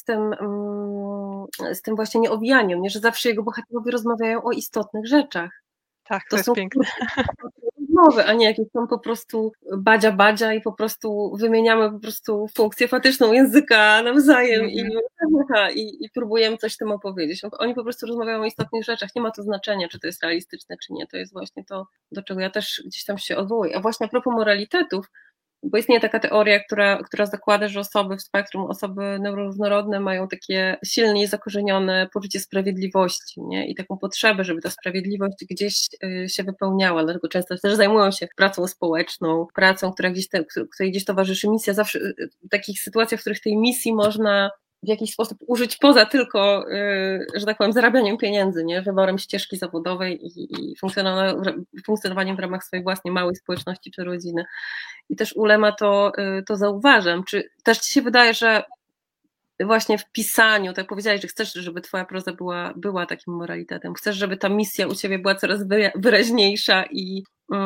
z tym właśnie nieowijaniem, nie? Że zawsze jego bohaterowie rozmawiają o istotnych rzeczach. Tak, to jest piękne. Rozmowy, a nie jakieś tam po prostu badzia i po prostu wymieniamy po prostu funkcję fatyczną języka nawzajem i próbujemy coś tym opowiedzieć. Oni po prostu rozmawiają o istotnych rzeczach, nie ma to znaczenia, czy to jest realistyczne, czy nie. To jest właśnie to, do czego ja też gdzieś tam się odwołuję. A właśnie a propos moralitetów, bo istnieje taka teoria, która zakłada, że osoby w spektrum, osoby neuroróżnorodne mają takie silnie zakorzenione poczucie sprawiedliwości, nie? I taką potrzebę, żeby ta sprawiedliwość gdzieś się wypełniała, dlatego często też zajmują się pracą społeczną, pracą, której gdzieś towarzyszy misja. Zawsze w takich sytuacjach, w których tej misji można w jakiś sposób użyć poza tylko, że tak powiem, zarabianiem pieniędzy, nie? Wyborem ścieżki zawodowej i funkcjonowaniem w ramach swojej własnej małej społeczności czy rodziny. I też u Lema to zauważam. Czy też ci się wydaje, że właśnie w pisaniu, tak powiedziałeś, że chcesz, żeby twoja proza była takim moralitetem, chcesz, żeby ta misja u ciebie była coraz wyraźniejsza i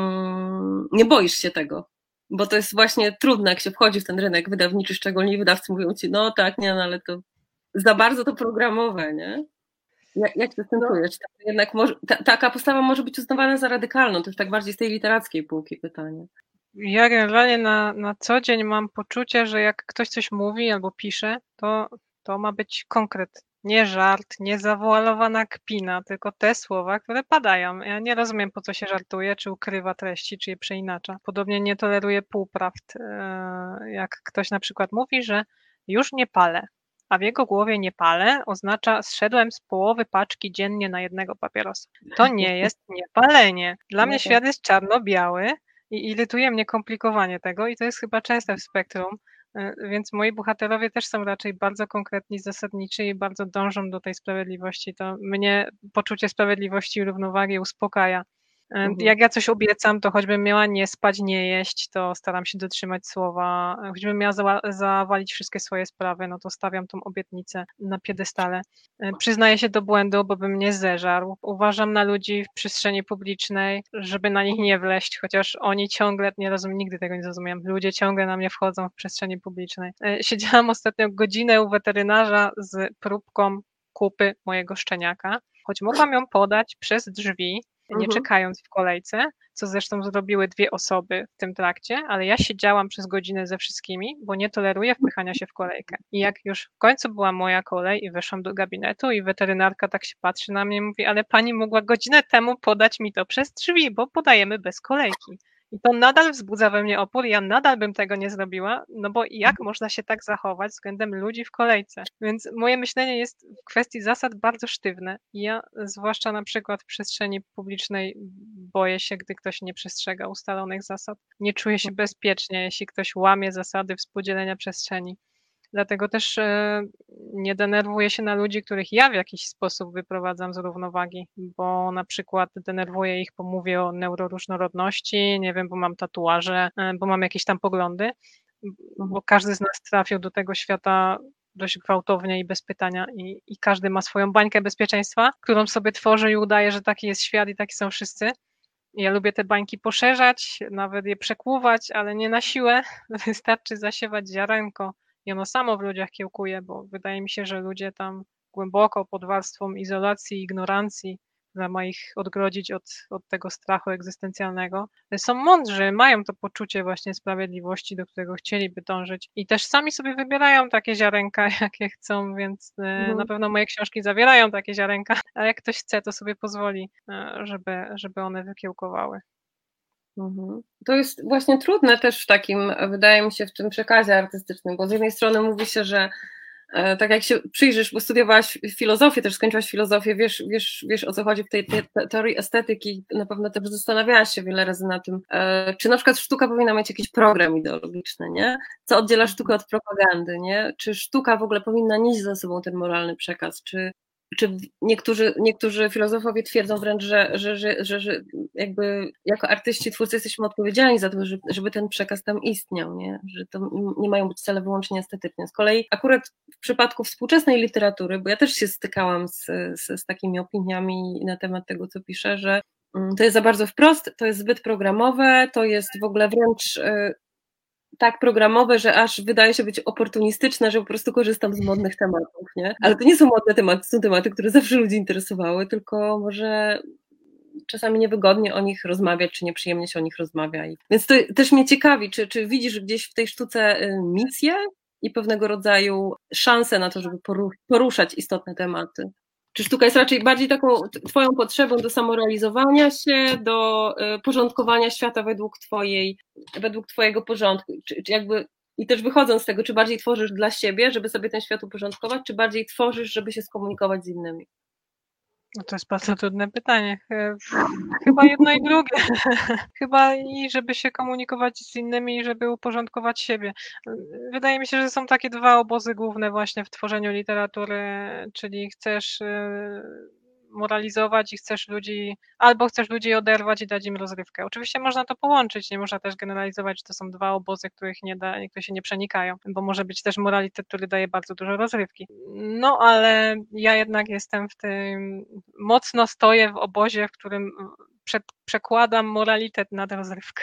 nie boisz się tego? Bo to jest właśnie trudne, jak się wchodzi w ten rynek wydawniczy, szczególnie wydawcy mówią ci, no tak, nie, no ale to za bardzo to programowe, nie? Jak się z tym czujesz? Jednak taka postawa może być uznawana za radykalną, to już tak bardziej z tej literackiej półki pytanie. Ja generalnie na co dzień mam poczucie, że jak ktoś coś mówi albo pisze, to ma być konkret. Nie żart, nie zawoalowana kpina, tylko te słowa, które padają. Ja nie rozumiem, po co się żartuje, czy ukrywa treści, czy je przeinacza. Podobnie nie toleruję półprawd. Jak ktoś na przykład mówi, że już nie palę, a w jego głowie nie palę oznacza zszedłem z połowy paczki dziennie na jednego papierosa. To nie jest niepalenie. Dla mnie świat jest czarno-biały i irytuje mnie komplikowanie tego i to jest chyba częste w spektrum, więc moi bohaterowie też są raczej bardzo konkretni, zasadniczy i bardzo dążą do tej sprawiedliwości. To mnie poczucie sprawiedliwości i równowagi uspokaja. Jak ja coś obiecam, to choćbym miała nie spać, nie jeść, to staram się dotrzymać słowa. Choćbym miała zawalić wszystkie swoje sprawy, no to stawiam tą obietnicę na piedestale. Przyznaję się do błędu, bo bym nie zeżarł. Uważam na ludzi w przestrzeni publicznej, żeby na nich nie wleść, chociaż oni ciągle, nie rozumiem, nigdy tego nie zrozumiem, ludzie ciągle na mnie wchodzą w przestrzeni publicznej. Siedziałam ostatnio godzinę u weterynarza z próbką kupy mojego szczeniaka, choć mogłam ją podać przez drzwi, nie czekając w kolejce, co zresztą zrobiły 2 osoby w tym trakcie, ale ja siedziałam przez godzinę ze wszystkimi, bo nie toleruję wpychania się w kolejkę. I jak już w końcu była moja kolej i weszłam do gabinetu i weterynarka tak się patrzy na mnie i mówi, ale pani mogła godzinę temu podać mi to przez drzwi, bo podajemy bez kolejki. I to nadal wzbudza we mnie opór, ja nadal bym tego nie zrobiła, no bo jak można się tak zachować względem ludzi w kolejce? Więc moje myślenie jest w kwestii zasad bardzo sztywne. Ja zwłaszcza na przykład w przestrzeni publicznej boję się, gdy ktoś nie przestrzega ustalonych zasad. Nie czuję się bezpiecznie, jeśli ktoś łamie zasady współdzielenia przestrzeni. Dlatego też nie denerwuję się na ludzi, których ja w jakiś sposób wyprowadzam z równowagi, bo na przykład denerwuję ich, bo mówię o neuroróżnorodności, nie wiem, bo mam tatuaże, bo mam jakieś tam poglądy, bo każdy z nas trafił do tego świata dość gwałtownie i bez pytania i każdy ma swoją bańkę bezpieczeństwa, którą sobie tworzy i udaje, że taki jest świat i taki są wszyscy. Ja lubię te bańki poszerzać, nawet je przekłuwać, ale nie na siłę. Wystarczy zasiewać ziarenko i ono samo w ludziach kiełkuje, bo wydaje mi się, że ludzie tam głęboko pod warstwą izolacji, ignorancji, która ma ich odgrodzić od tego strachu egzystencjalnego, są mądrzy, mają to poczucie właśnie sprawiedliwości, do którego chcieliby dążyć i też sami sobie wybierają takie ziarenka, jakie chcą, więc na pewno moje książki zawierają takie ziarenka, a jak ktoś chce, to sobie pozwoli, żeby one wykiełkowały. To jest właśnie trudne też w takim, wydaje mi się, w tym przekazie artystycznym, bo z jednej strony mówi się, że tak jak się przyjrzysz, bo studiowałaś filozofię, też skończyłaś filozofię, wiesz o co chodzi w tej teorii estetyki, na pewno też zastanawiałaś się wiele razy na tym, czy na przykład sztuka powinna mieć jakiś program ideologiczny, nie? Co oddziela sztukę od propagandy, nie? Czy sztuka w ogóle powinna nieść za sobą ten moralny przekaz, czy niektórzy filozofowie twierdzą wręcz, że jakby jako artyści, twórcy jesteśmy odpowiedzialni za to, żeby ten przekaz tam istniał, nie? Że to nie mają być cele wyłącznie estetyczne. Z kolei akurat w przypadku współczesnej literatury, bo ja też się stykałam z takimi opiniami na temat tego, co piszę, że to jest za bardzo wprost, to jest zbyt programowe, to jest w ogóle wręcz tak programowe, że aż wydaje się być oportunistyczne, że po prostu korzystam z modnych tematów, nie? Ale to nie są modne tematy, są tematy, które zawsze ludzi interesowały, tylko może czasami niewygodnie o nich rozmawiać, czy nieprzyjemnie się o nich rozmawia. Więc to też mnie ciekawi, czy widzisz gdzieś w tej sztuce misję i pewnego rodzaju szansę na to, żeby poruszać istotne tematy? Czy sztuka jest raczej bardziej taką twoją potrzebą do samorealizowania się, do porządkowania świata według twojego porządku? Czy jakby, i też wychodząc z tego, czy bardziej tworzysz dla siebie, żeby sobie ten świat uporządkować, czy bardziej tworzysz, żeby się skomunikować z innymi? No to jest bardzo trudne pytanie. Chyba jedno i drugie. Chyba i żeby się komunikować z innymi, i żeby uporządkować siebie. Wydaje mi się, że są takie dwa obozy główne właśnie w tworzeniu literatury, czyli chcesz moralizować i albo chcesz ludzi oderwać i dać im rozrywkę. Oczywiście można to połączyć, nie można też generalizować, że to są dwa obozy, których niektóre się nie przenikają, bo może być też moralitet, który daje bardzo dużo rozrywki. No ale ja jednak jestem mocno stoję w obozie, w którym przekładam moralitet nad rozrywkę.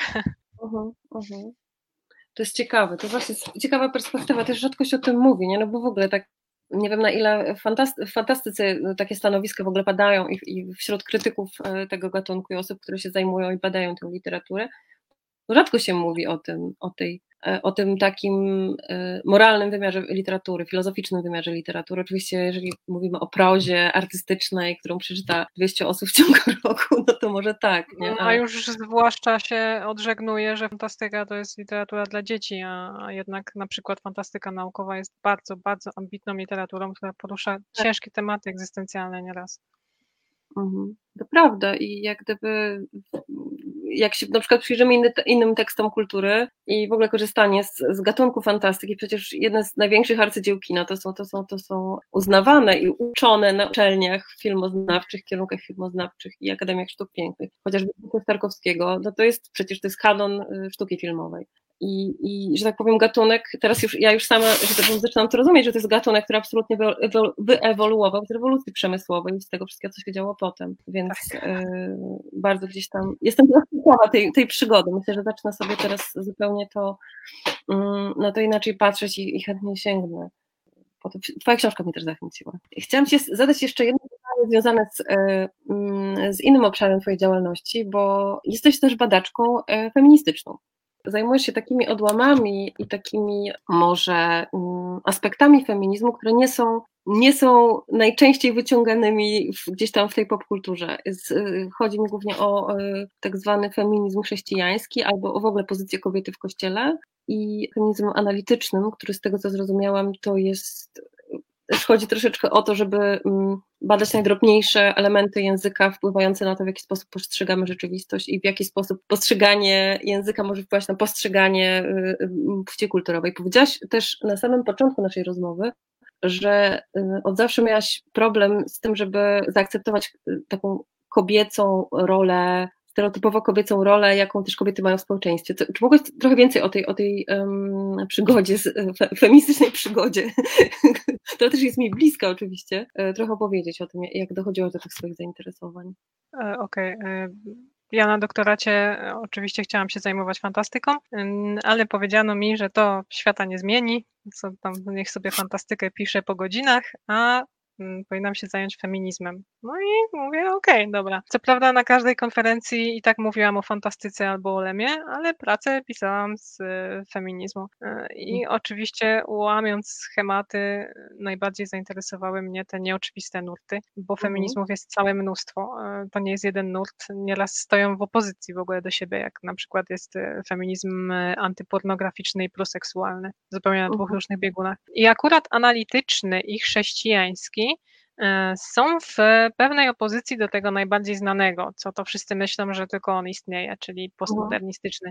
To jest ciekawe, to właśnie jest ciekawa perspektywa, też rzadko się o tym mówi, nie? No bo w ogóle tak nie wiem na ile w fantastyce takie stanowiska w ogóle padają i wśród krytyków tego gatunku i osób, które się zajmują i badają tę literaturę, rzadko się mówi o tym takim moralnym wymiarze literatury, filozoficznym wymiarze literatury. Oczywiście jeżeli mówimy o prozie artystycznej, którą przeczyta 200 osób w ciągu roku, no to może tak. Nie? A już zwłaszcza się odżegnuję, że fantastyka to jest literatura dla dzieci, a jednak na przykład fantastyka naukowa jest bardzo, bardzo ambitną literaturą, która porusza ciężkie tematy egzystencjalne nieraz. To prawda i jak się na przykład przyjrzymy innym tekstom kultury i w ogóle korzystanie z gatunku fantastyki, przecież jedne z największych arcydzieł kina to są uznawane i uczone na uczelniach filmoznawczych, kierunkach filmoznawczych i akademiach sztuk pięknych, chociażby Tarkowskiego, no to jest kanon sztuki filmowej. I że tak powiem gatunek, teraz ja już sama, że tak powiem, zaczynam to rozumieć, że to jest gatunek, który absolutnie wyewoluował z rewolucji przemysłowej i z tego wszystkiego, co się działo potem, więc bardzo gdzieś tam, jestem ciekawa tej przygody, myślę, że zacznę sobie teraz zupełnie na to inaczej patrzeć i chętnie sięgnę. Twoja książka mnie też zachęciła. Chciałam Ci zadać jeszcze jedno pytanie związane z innym obszarem Twojej działalności, bo jesteś też badaczką feministyczną. Zajmujesz się takimi odłamami i takimi może aspektami feminizmu, które nie są nie są najczęściej wyciąganymi gdzieś tam w tej popkulturze. Chodzi mi głównie o tak zwany feminizm chrześcijański albo o w ogóle pozycję kobiety w kościele i feminizm analitycznym, który z tego co zrozumiałam to jest, też chodzi troszeczkę o to, żeby badać najdrobniejsze elementy języka wpływające na to, w jaki sposób postrzegamy rzeczywistość i w jaki sposób postrzeganie języka może wpływać na postrzeganie płci kulturowej. Powiedziałaś też na samym początku naszej rozmowy, że od zawsze miałaś problem z tym, żeby zaakceptować taką kobiecą rolę, stereotypowo kobiecą rolę, jaką też kobiety mają w społeczeństwie. Czy mogłaś trochę więcej o tej przygodzie, feministycznej przygodzie, która też jest mi bliska oczywiście, trochę opowiedzieć o tym, jak dochodziłaś do tych swoich zainteresowań? Okej. Ja na doktoracie oczywiście chciałam się zajmować fantastyką, ale powiedziano mi, że to świata nie zmieni, co tam niech sobie fantastykę pisze po godzinach, a powinnam się zająć feminizmem. No i mówię, okej, dobra. Co prawda na każdej konferencji i tak mówiłam o fantastyce albo o Lemie, ale pracę pisałam z feminizmu. I oczywiście łamiąc schematy, najbardziej zainteresowały mnie te nieoczywiste nurty, bo feminizmów jest całe mnóstwo. To nie jest jeden nurt, nieraz stoją w opozycji w ogóle do siebie, jak na przykład jest feminizm antypornograficzny i proseksualny, zupełnie na dwóch różnych biegunach. I akurat analityczny i chrześcijański są w pewnej opozycji do tego najbardziej znanego, co to wszyscy myślą, że tylko on istnieje, czyli postmodernistyczny.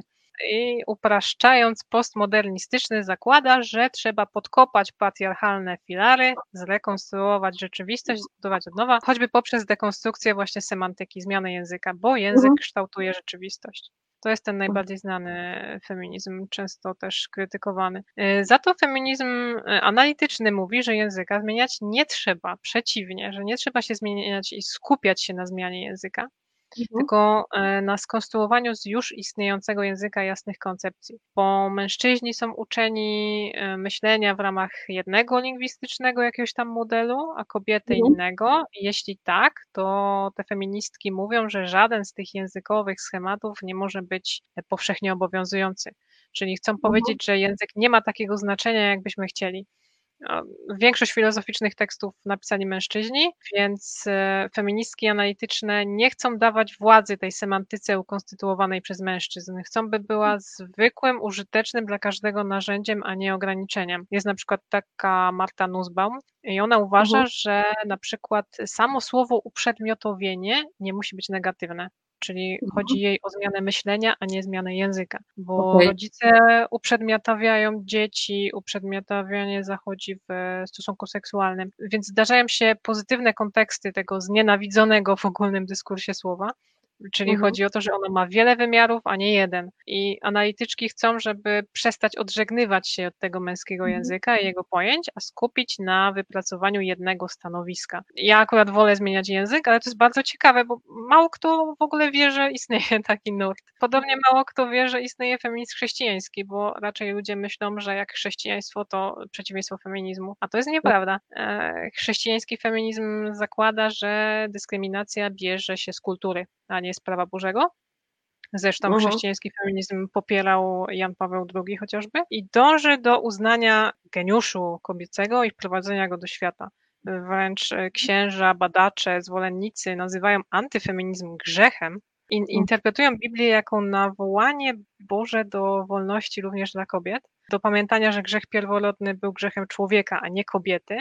I upraszczając, postmodernistyczny zakłada, że trzeba podkopać patriarchalne filary, zrekonstruować rzeczywistość, zbudować od nowa, choćby poprzez dekonstrukcję właśnie semantyki, zmianę języka, bo język kształtuje rzeczywistość. To jest ten najbardziej znany feminizm, często też krytykowany. Za to feminizm analityczny mówi, że języka zmieniać nie trzeba, przeciwnie, że nie trzeba się zmieniać i skupiać się na zmianie języka, tylko na skonstruowaniu z już istniejącego języka jasnych koncepcji. Bo mężczyźni są uczeni myślenia w ramach jednego lingwistycznego jakiegoś tam modelu, a kobiety innego. I jeśli tak, to te feministki mówią, że żaden z tych językowych schematów nie może być powszechnie obowiązujący. Czyli chcą powiedzieć, że język nie ma takiego znaczenia, jakbyśmy chcieli. Większość filozoficznych tekstów napisali mężczyźni, więc feministki analityczne nie chcą dawać władzy tej semantyce ukonstytuowanej przez mężczyzn. Chcą, by była zwykłym, użytecznym dla każdego narzędziem, a nie ograniczeniem. Jest na przykład taka Marta Nussbaum i ona uważa, że na przykład samo słowo uprzedmiotowienie nie musi być negatywne. Czyli chodzi jej o zmianę myślenia, a nie zmianę języka, bo rodzice uprzedmiotawiają dzieci, uprzedmiotawianie zachodzi w stosunku seksualnym, więc zdarzają się pozytywne konteksty tego znienawidzonego w ogólnym dyskursie słowa, czyli chodzi o to, że ono ma wiele wymiarów, a nie jeden. I analityczki chcą, żeby przestać odżegnywać się od tego męskiego języka i jego pojęć, a skupić na wypracowaniu jednego stanowiska. Ja akurat wolę zmieniać język, ale to jest bardzo ciekawe, bo mało kto w ogóle wie, że istnieje taki nurt. Podobnie mało kto wie, że istnieje feminizm chrześcijański, bo raczej ludzie myślą, że jak chrześcijaństwo to przeciwieństwo feminizmu, a to jest nieprawda. Chrześcijański feminizm zakłada, że dyskryminacja bierze się z kultury, a nie z prawa Bożego. Zresztą chrześcijański feminizm popierał Jan Paweł II chociażby i dąży do uznania geniuszu kobiecego i wprowadzenia go do świata. Wręcz księża, badacze, zwolennicy nazywają antyfeminizm grzechem i interpretują Biblię jako nawołanie Boże do wolności również dla kobiet, do pamiętania, że grzech pierworodny był grzechem człowieka, a nie kobiety.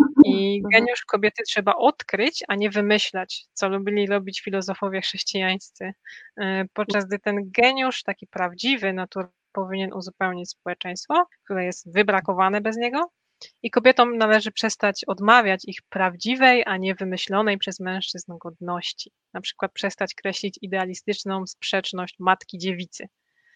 I geniusz kobiety trzeba odkryć, a nie wymyślać, co lubili robić filozofowie chrześcijańscy. Podczas gdy ten geniusz, taki prawdziwy, natury powinien uzupełnić społeczeństwo, które jest wybrakowane bez niego. I kobietom należy przestać odmawiać ich prawdziwej, a nie wymyślonej przez mężczyzn godności. Na przykład przestać kreślić idealistyczną sprzeczność matki dziewicy.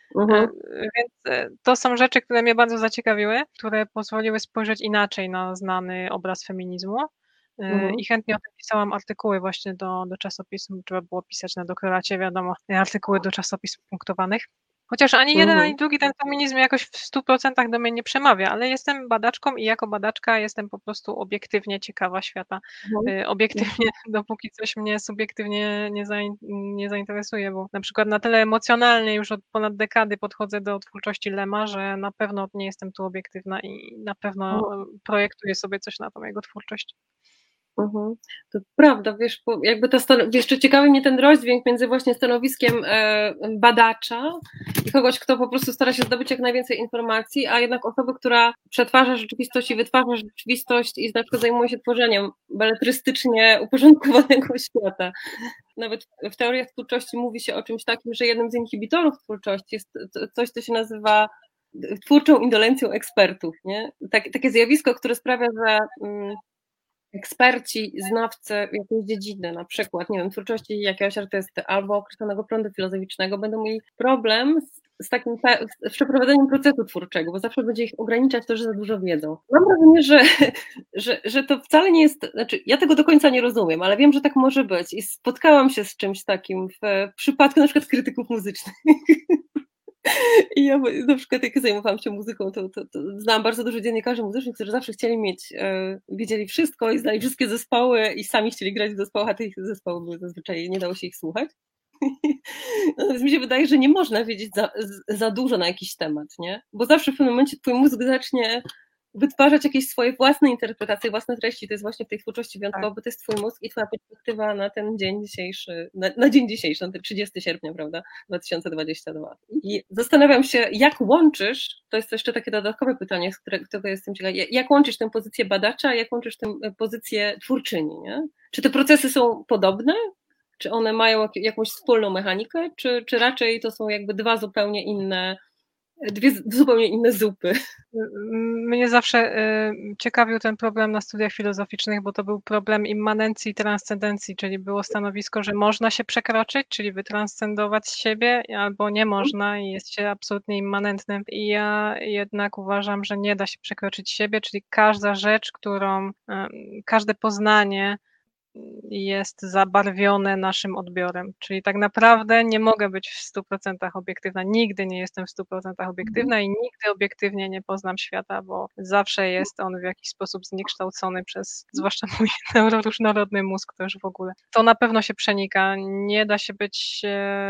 Więc to są rzeczy, które mnie bardzo zaciekawiły, które pozwoliły spojrzeć inaczej na znany obraz feminizmu i chętnie o tym pisałam artykuły właśnie do czasopism, trzeba było pisać na doktoracie, wiadomo, artykuły do czasopism punktowanych. Chociaż ani jeden, ani drugi ten feminizm jakoś w 100% do mnie nie przemawia, ale jestem badaczką i jako badaczka jestem po prostu obiektywnie ciekawa świata. Obiektywnie, dopóki coś mnie subiektywnie nie zainteresuje, bo na przykład na tyle emocjonalnie już od ponad dekady podchodzę do twórczości Lema, że na pewno nie jestem tu obiektywna i na pewno projektuję sobie coś na tą jego twórczość. To prawda, wiesz, jakby jeszcze ciekawi mnie ten rozdźwięk między właśnie stanowiskiem badacza i kogoś, kto po prostu stara się zdobyć jak najwięcej informacji, a jednak osoby, która przetwarza rzeczywistość i wytwarza rzeczywistość i na przykład zajmuje się tworzeniem beletrystycznie uporządkowanego świata. Nawet w teoriach twórczości mówi się o czymś takim, że jednym z inhibitorów twórczości jest coś, co się nazywa twórczą indolencją ekspertów. Nie? Takie zjawisko, które sprawia, że eksperci, znawcy jakiejś dziedziny, na przykład, nie wiem, twórczości jakiegoś artysty albo określonego prądu filozoficznego, będą mieli problem z takim z przeprowadzeniem procesu twórczego, bo zawsze będzie ich ograniczać to, że za dużo wiedzą. Mam wrażenie, że to wcale nie jest, znaczy ja tego do końca nie rozumiem, ale wiem, że tak może być i spotkałam się z czymś takim w przypadku na przykład krytyków muzycznych. I ja na przykład jak zajmowałam się muzyką, to znałam bardzo dużo dziennikarzy muzycznych, którzy zawsze chcieli wiedzieli wszystko i znali wszystkie zespoły i sami chcieli grać w zespołach, a tych zespołów były zazwyczaj, nie dało się ich słuchać. Natomiast mi się wydaje, że nie można wiedzieć za dużo na jakiś temat, nie? Bo zawsze w pewnym momencie twój mózg zacznie wytwarzać jakieś swoje własne interpretacje, własne treści. To jest właśnie w tej twórczości wyjątkowo, bo to jest twój mózg i twoja perspektywa na ten dzień dzisiejszy, na dzień dzisiejszy, na ten 30 sierpnia, prawda, 2022. I zastanawiam się, jak łączysz, to jest jeszcze takie dodatkowe pytanie, z którego jestem ciekawa, jak łączysz tę pozycję badacza, jak łączysz tę pozycję twórczyni, nie? Czy te procesy są podobne? Czy one mają jakąś wspólną mechanikę, czy raczej to są jakby dwie zupełnie inne zupy? Mnie zawsze ciekawił ten problem na studiach filozoficznych, bo to był problem immanencji i transcendencji, czyli było stanowisko, że można się przekroczyć, czyli wytranscendować siebie, albo nie można i jest się absolutnie immanentnym. I ja jednak uważam, że nie da się przekroczyć siebie, czyli każda rzecz, każde poznanie jest zabarwione naszym odbiorem, czyli tak naprawdę nie mogę być w 100% obiektywna, nigdy nie jestem w 100% obiektywna i nigdy obiektywnie nie poznam świata, bo zawsze jest on w jakiś sposób zniekształcony przez, zwłaszcza mój neuroróżnorodny mózg też w ogóle. To na pewno się przenika, nie da się być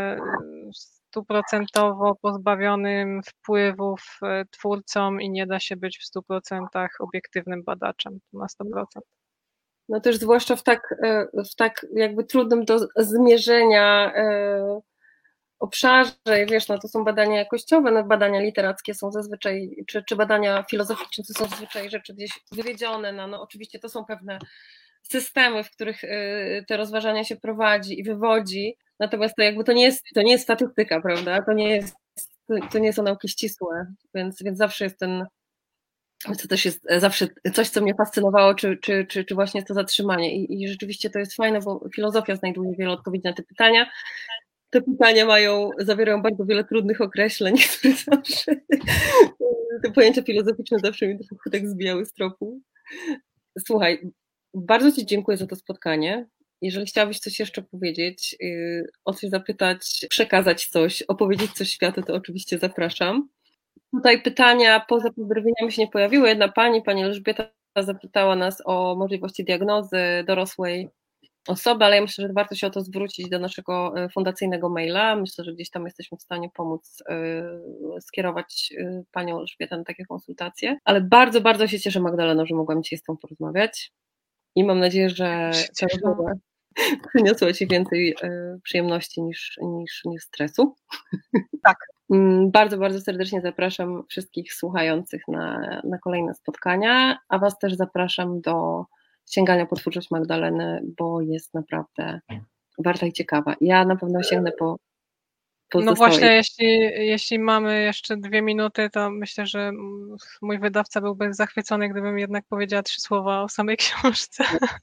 100% pozbawionym wpływów twórcą i nie da się być w 100% obiektywnym badaczem, to na 100%. No też zwłaszcza w tak jakby trudnym do zmierzenia obszarze, wiesz, no to są badania jakościowe, no badania literackie są zazwyczaj, czy badania filozoficzne to są zazwyczaj rzeczy gdzieś wywiedzione, no oczywiście to są pewne systemy, w których te rozważania się prowadzi i wywodzi, natomiast to nie jest statystyka, prawda, to nie są nauki ścisłe, więc zawsze jest to też jest zawsze coś, co mnie fascynowało, czy właśnie to zatrzymanie. I rzeczywiście to jest fajne, bo filozofia znajduje wiele odpowiedzi na te pytania. Te pytania zawierają bardzo wiele trudnych określeń, które zawsze, te pojęcia filozoficzne zawsze mnie trochę tak zbijały z tropu. Słuchaj, bardzo Ci dziękuję za to spotkanie. Jeżeli chciałabyś coś jeszcze powiedzieć, o coś zapytać, przekazać coś, opowiedzieć coś światu, to oczywiście zapraszam. Tutaj pytania poza pozdrowieniami się nie pojawiły. Jedna pani Elżbieta zapytała nas o możliwości diagnozy dorosłej osoby, ale ja myślę, że warto się o to zwrócić do naszego fundacyjnego maila. Myślę, że gdzieś tam jesteśmy w stanie pomóc skierować panią Elżbietę na takie konsultacje. Ale bardzo, bardzo się cieszę, Magdaleno, że mogłam dzisiaj z tą porozmawiać i mam nadzieję, że ta rozmowa przyniosła Ci więcej przyjemności niż stresu. Tak. Bardzo, bardzo serdecznie zapraszam wszystkich słuchających na kolejne spotkania, a Was też zapraszam do sięgania po twórczość Magdaleny, bo jest naprawdę warta i ciekawa. Ja na pewno sięgnę po No właśnie, jeśli mamy jeszcze 2 minuty, to myślę, że mój wydawca byłby zachwycony, gdybym jednak powiedziała 3 słowa o samej książce.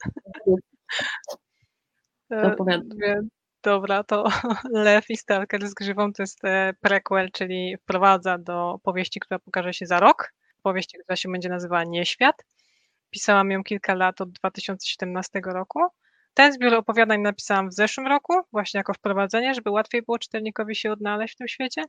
Dobra, to Lew i Stalker z grzywą to jest prequel, czyli wprowadza do powieści, która pokaże się za rok. Powieści, która się będzie nazywała Nieświat. Pisałam ją kilka lat, od 2017 roku. Ten zbiór opowiadań napisałam w zeszłym roku, właśnie jako wprowadzenie, żeby łatwiej było czytelnikowi się odnaleźć w tym świecie.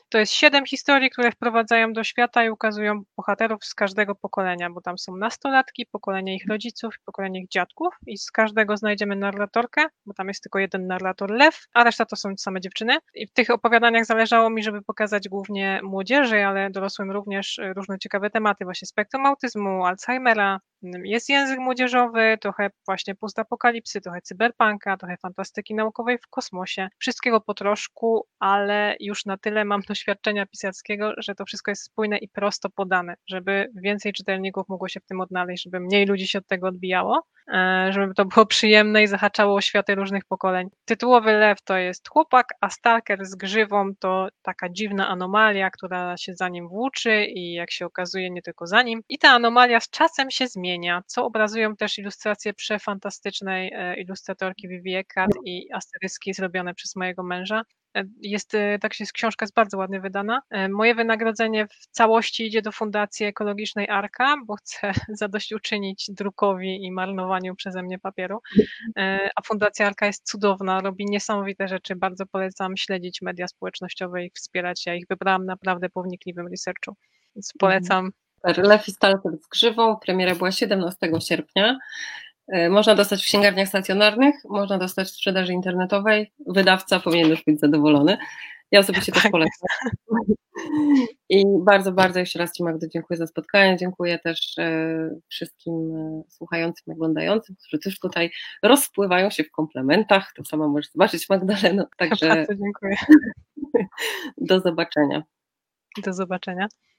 To jest 7 historii, które wprowadzają do świata i ukazują bohaterów z każdego pokolenia, bo tam są nastolatki, pokolenie ich rodziców, pokolenie ich dziadków i z każdego znajdziemy narratorkę, bo tam jest tylko jeden narrator lew, a reszta to są same dziewczyny. I w tych opowiadaniach zależało mi, żeby pokazać głównie młodzieży, ale dorosłym również różne ciekawe tematy, właśnie spektrum autyzmu, Alzheimera, jest język młodzieżowy, trochę właśnie postapokalipsy, trochę cyberpunka, trochę fantastyki naukowej w kosmosie. Wszystkiego po troszku, ale już na tyle mam doświadczenia pisarskiego, że to wszystko jest spójne i prosto podane, żeby więcej czytelników mogło się w tym odnaleźć, żeby mniej ludzi się od tego odbijało, żeby to było przyjemne i zahaczało o światy różnych pokoleń. Tytułowy lew to jest chłopak, a stalker z grzywą to taka dziwna anomalia, która się za nim włóczy i jak się okazuje nie tylko za nim. I ta anomalia z czasem się zmienia, co obrazują też ilustracje przefantastycznej ilustratorki Vivie Kat i asteryski zrobione przez mojego męża. Książka jest bardzo ładnie wydana. Moje wynagrodzenie w całości idzie do Fundacji Ekologicznej Arka, bo chcę zadośćuczynić drukowi i marnowaniu przeze mnie papieru. A Fundacja Arka jest cudowna, robi niesamowite rzeczy. Bardzo polecam śledzić media społecznościowe i wspierać. Ja ich wybrałam naprawdę po wnikliwym researchu, więc polecam. Lew i stalker z grzywą. Premiera była 17 sierpnia. Można dostać w księgarniach stacjonarnych, można dostać w sprzedaży internetowej. Wydawca powinien już być zadowolony. Ja osobiście też polecam. I bardzo, bardzo jeszcze raz Ci, Magdo, dziękuję za spotkanie. Dziękuję też wszystkim słuchającym i oglądającym, którzy też tutaj rozpływają się w komplementach. To samo możesz zobaczyć, Magdaleno. Także bardzo dziękuję. do zobaczenia. Do zobaczenia.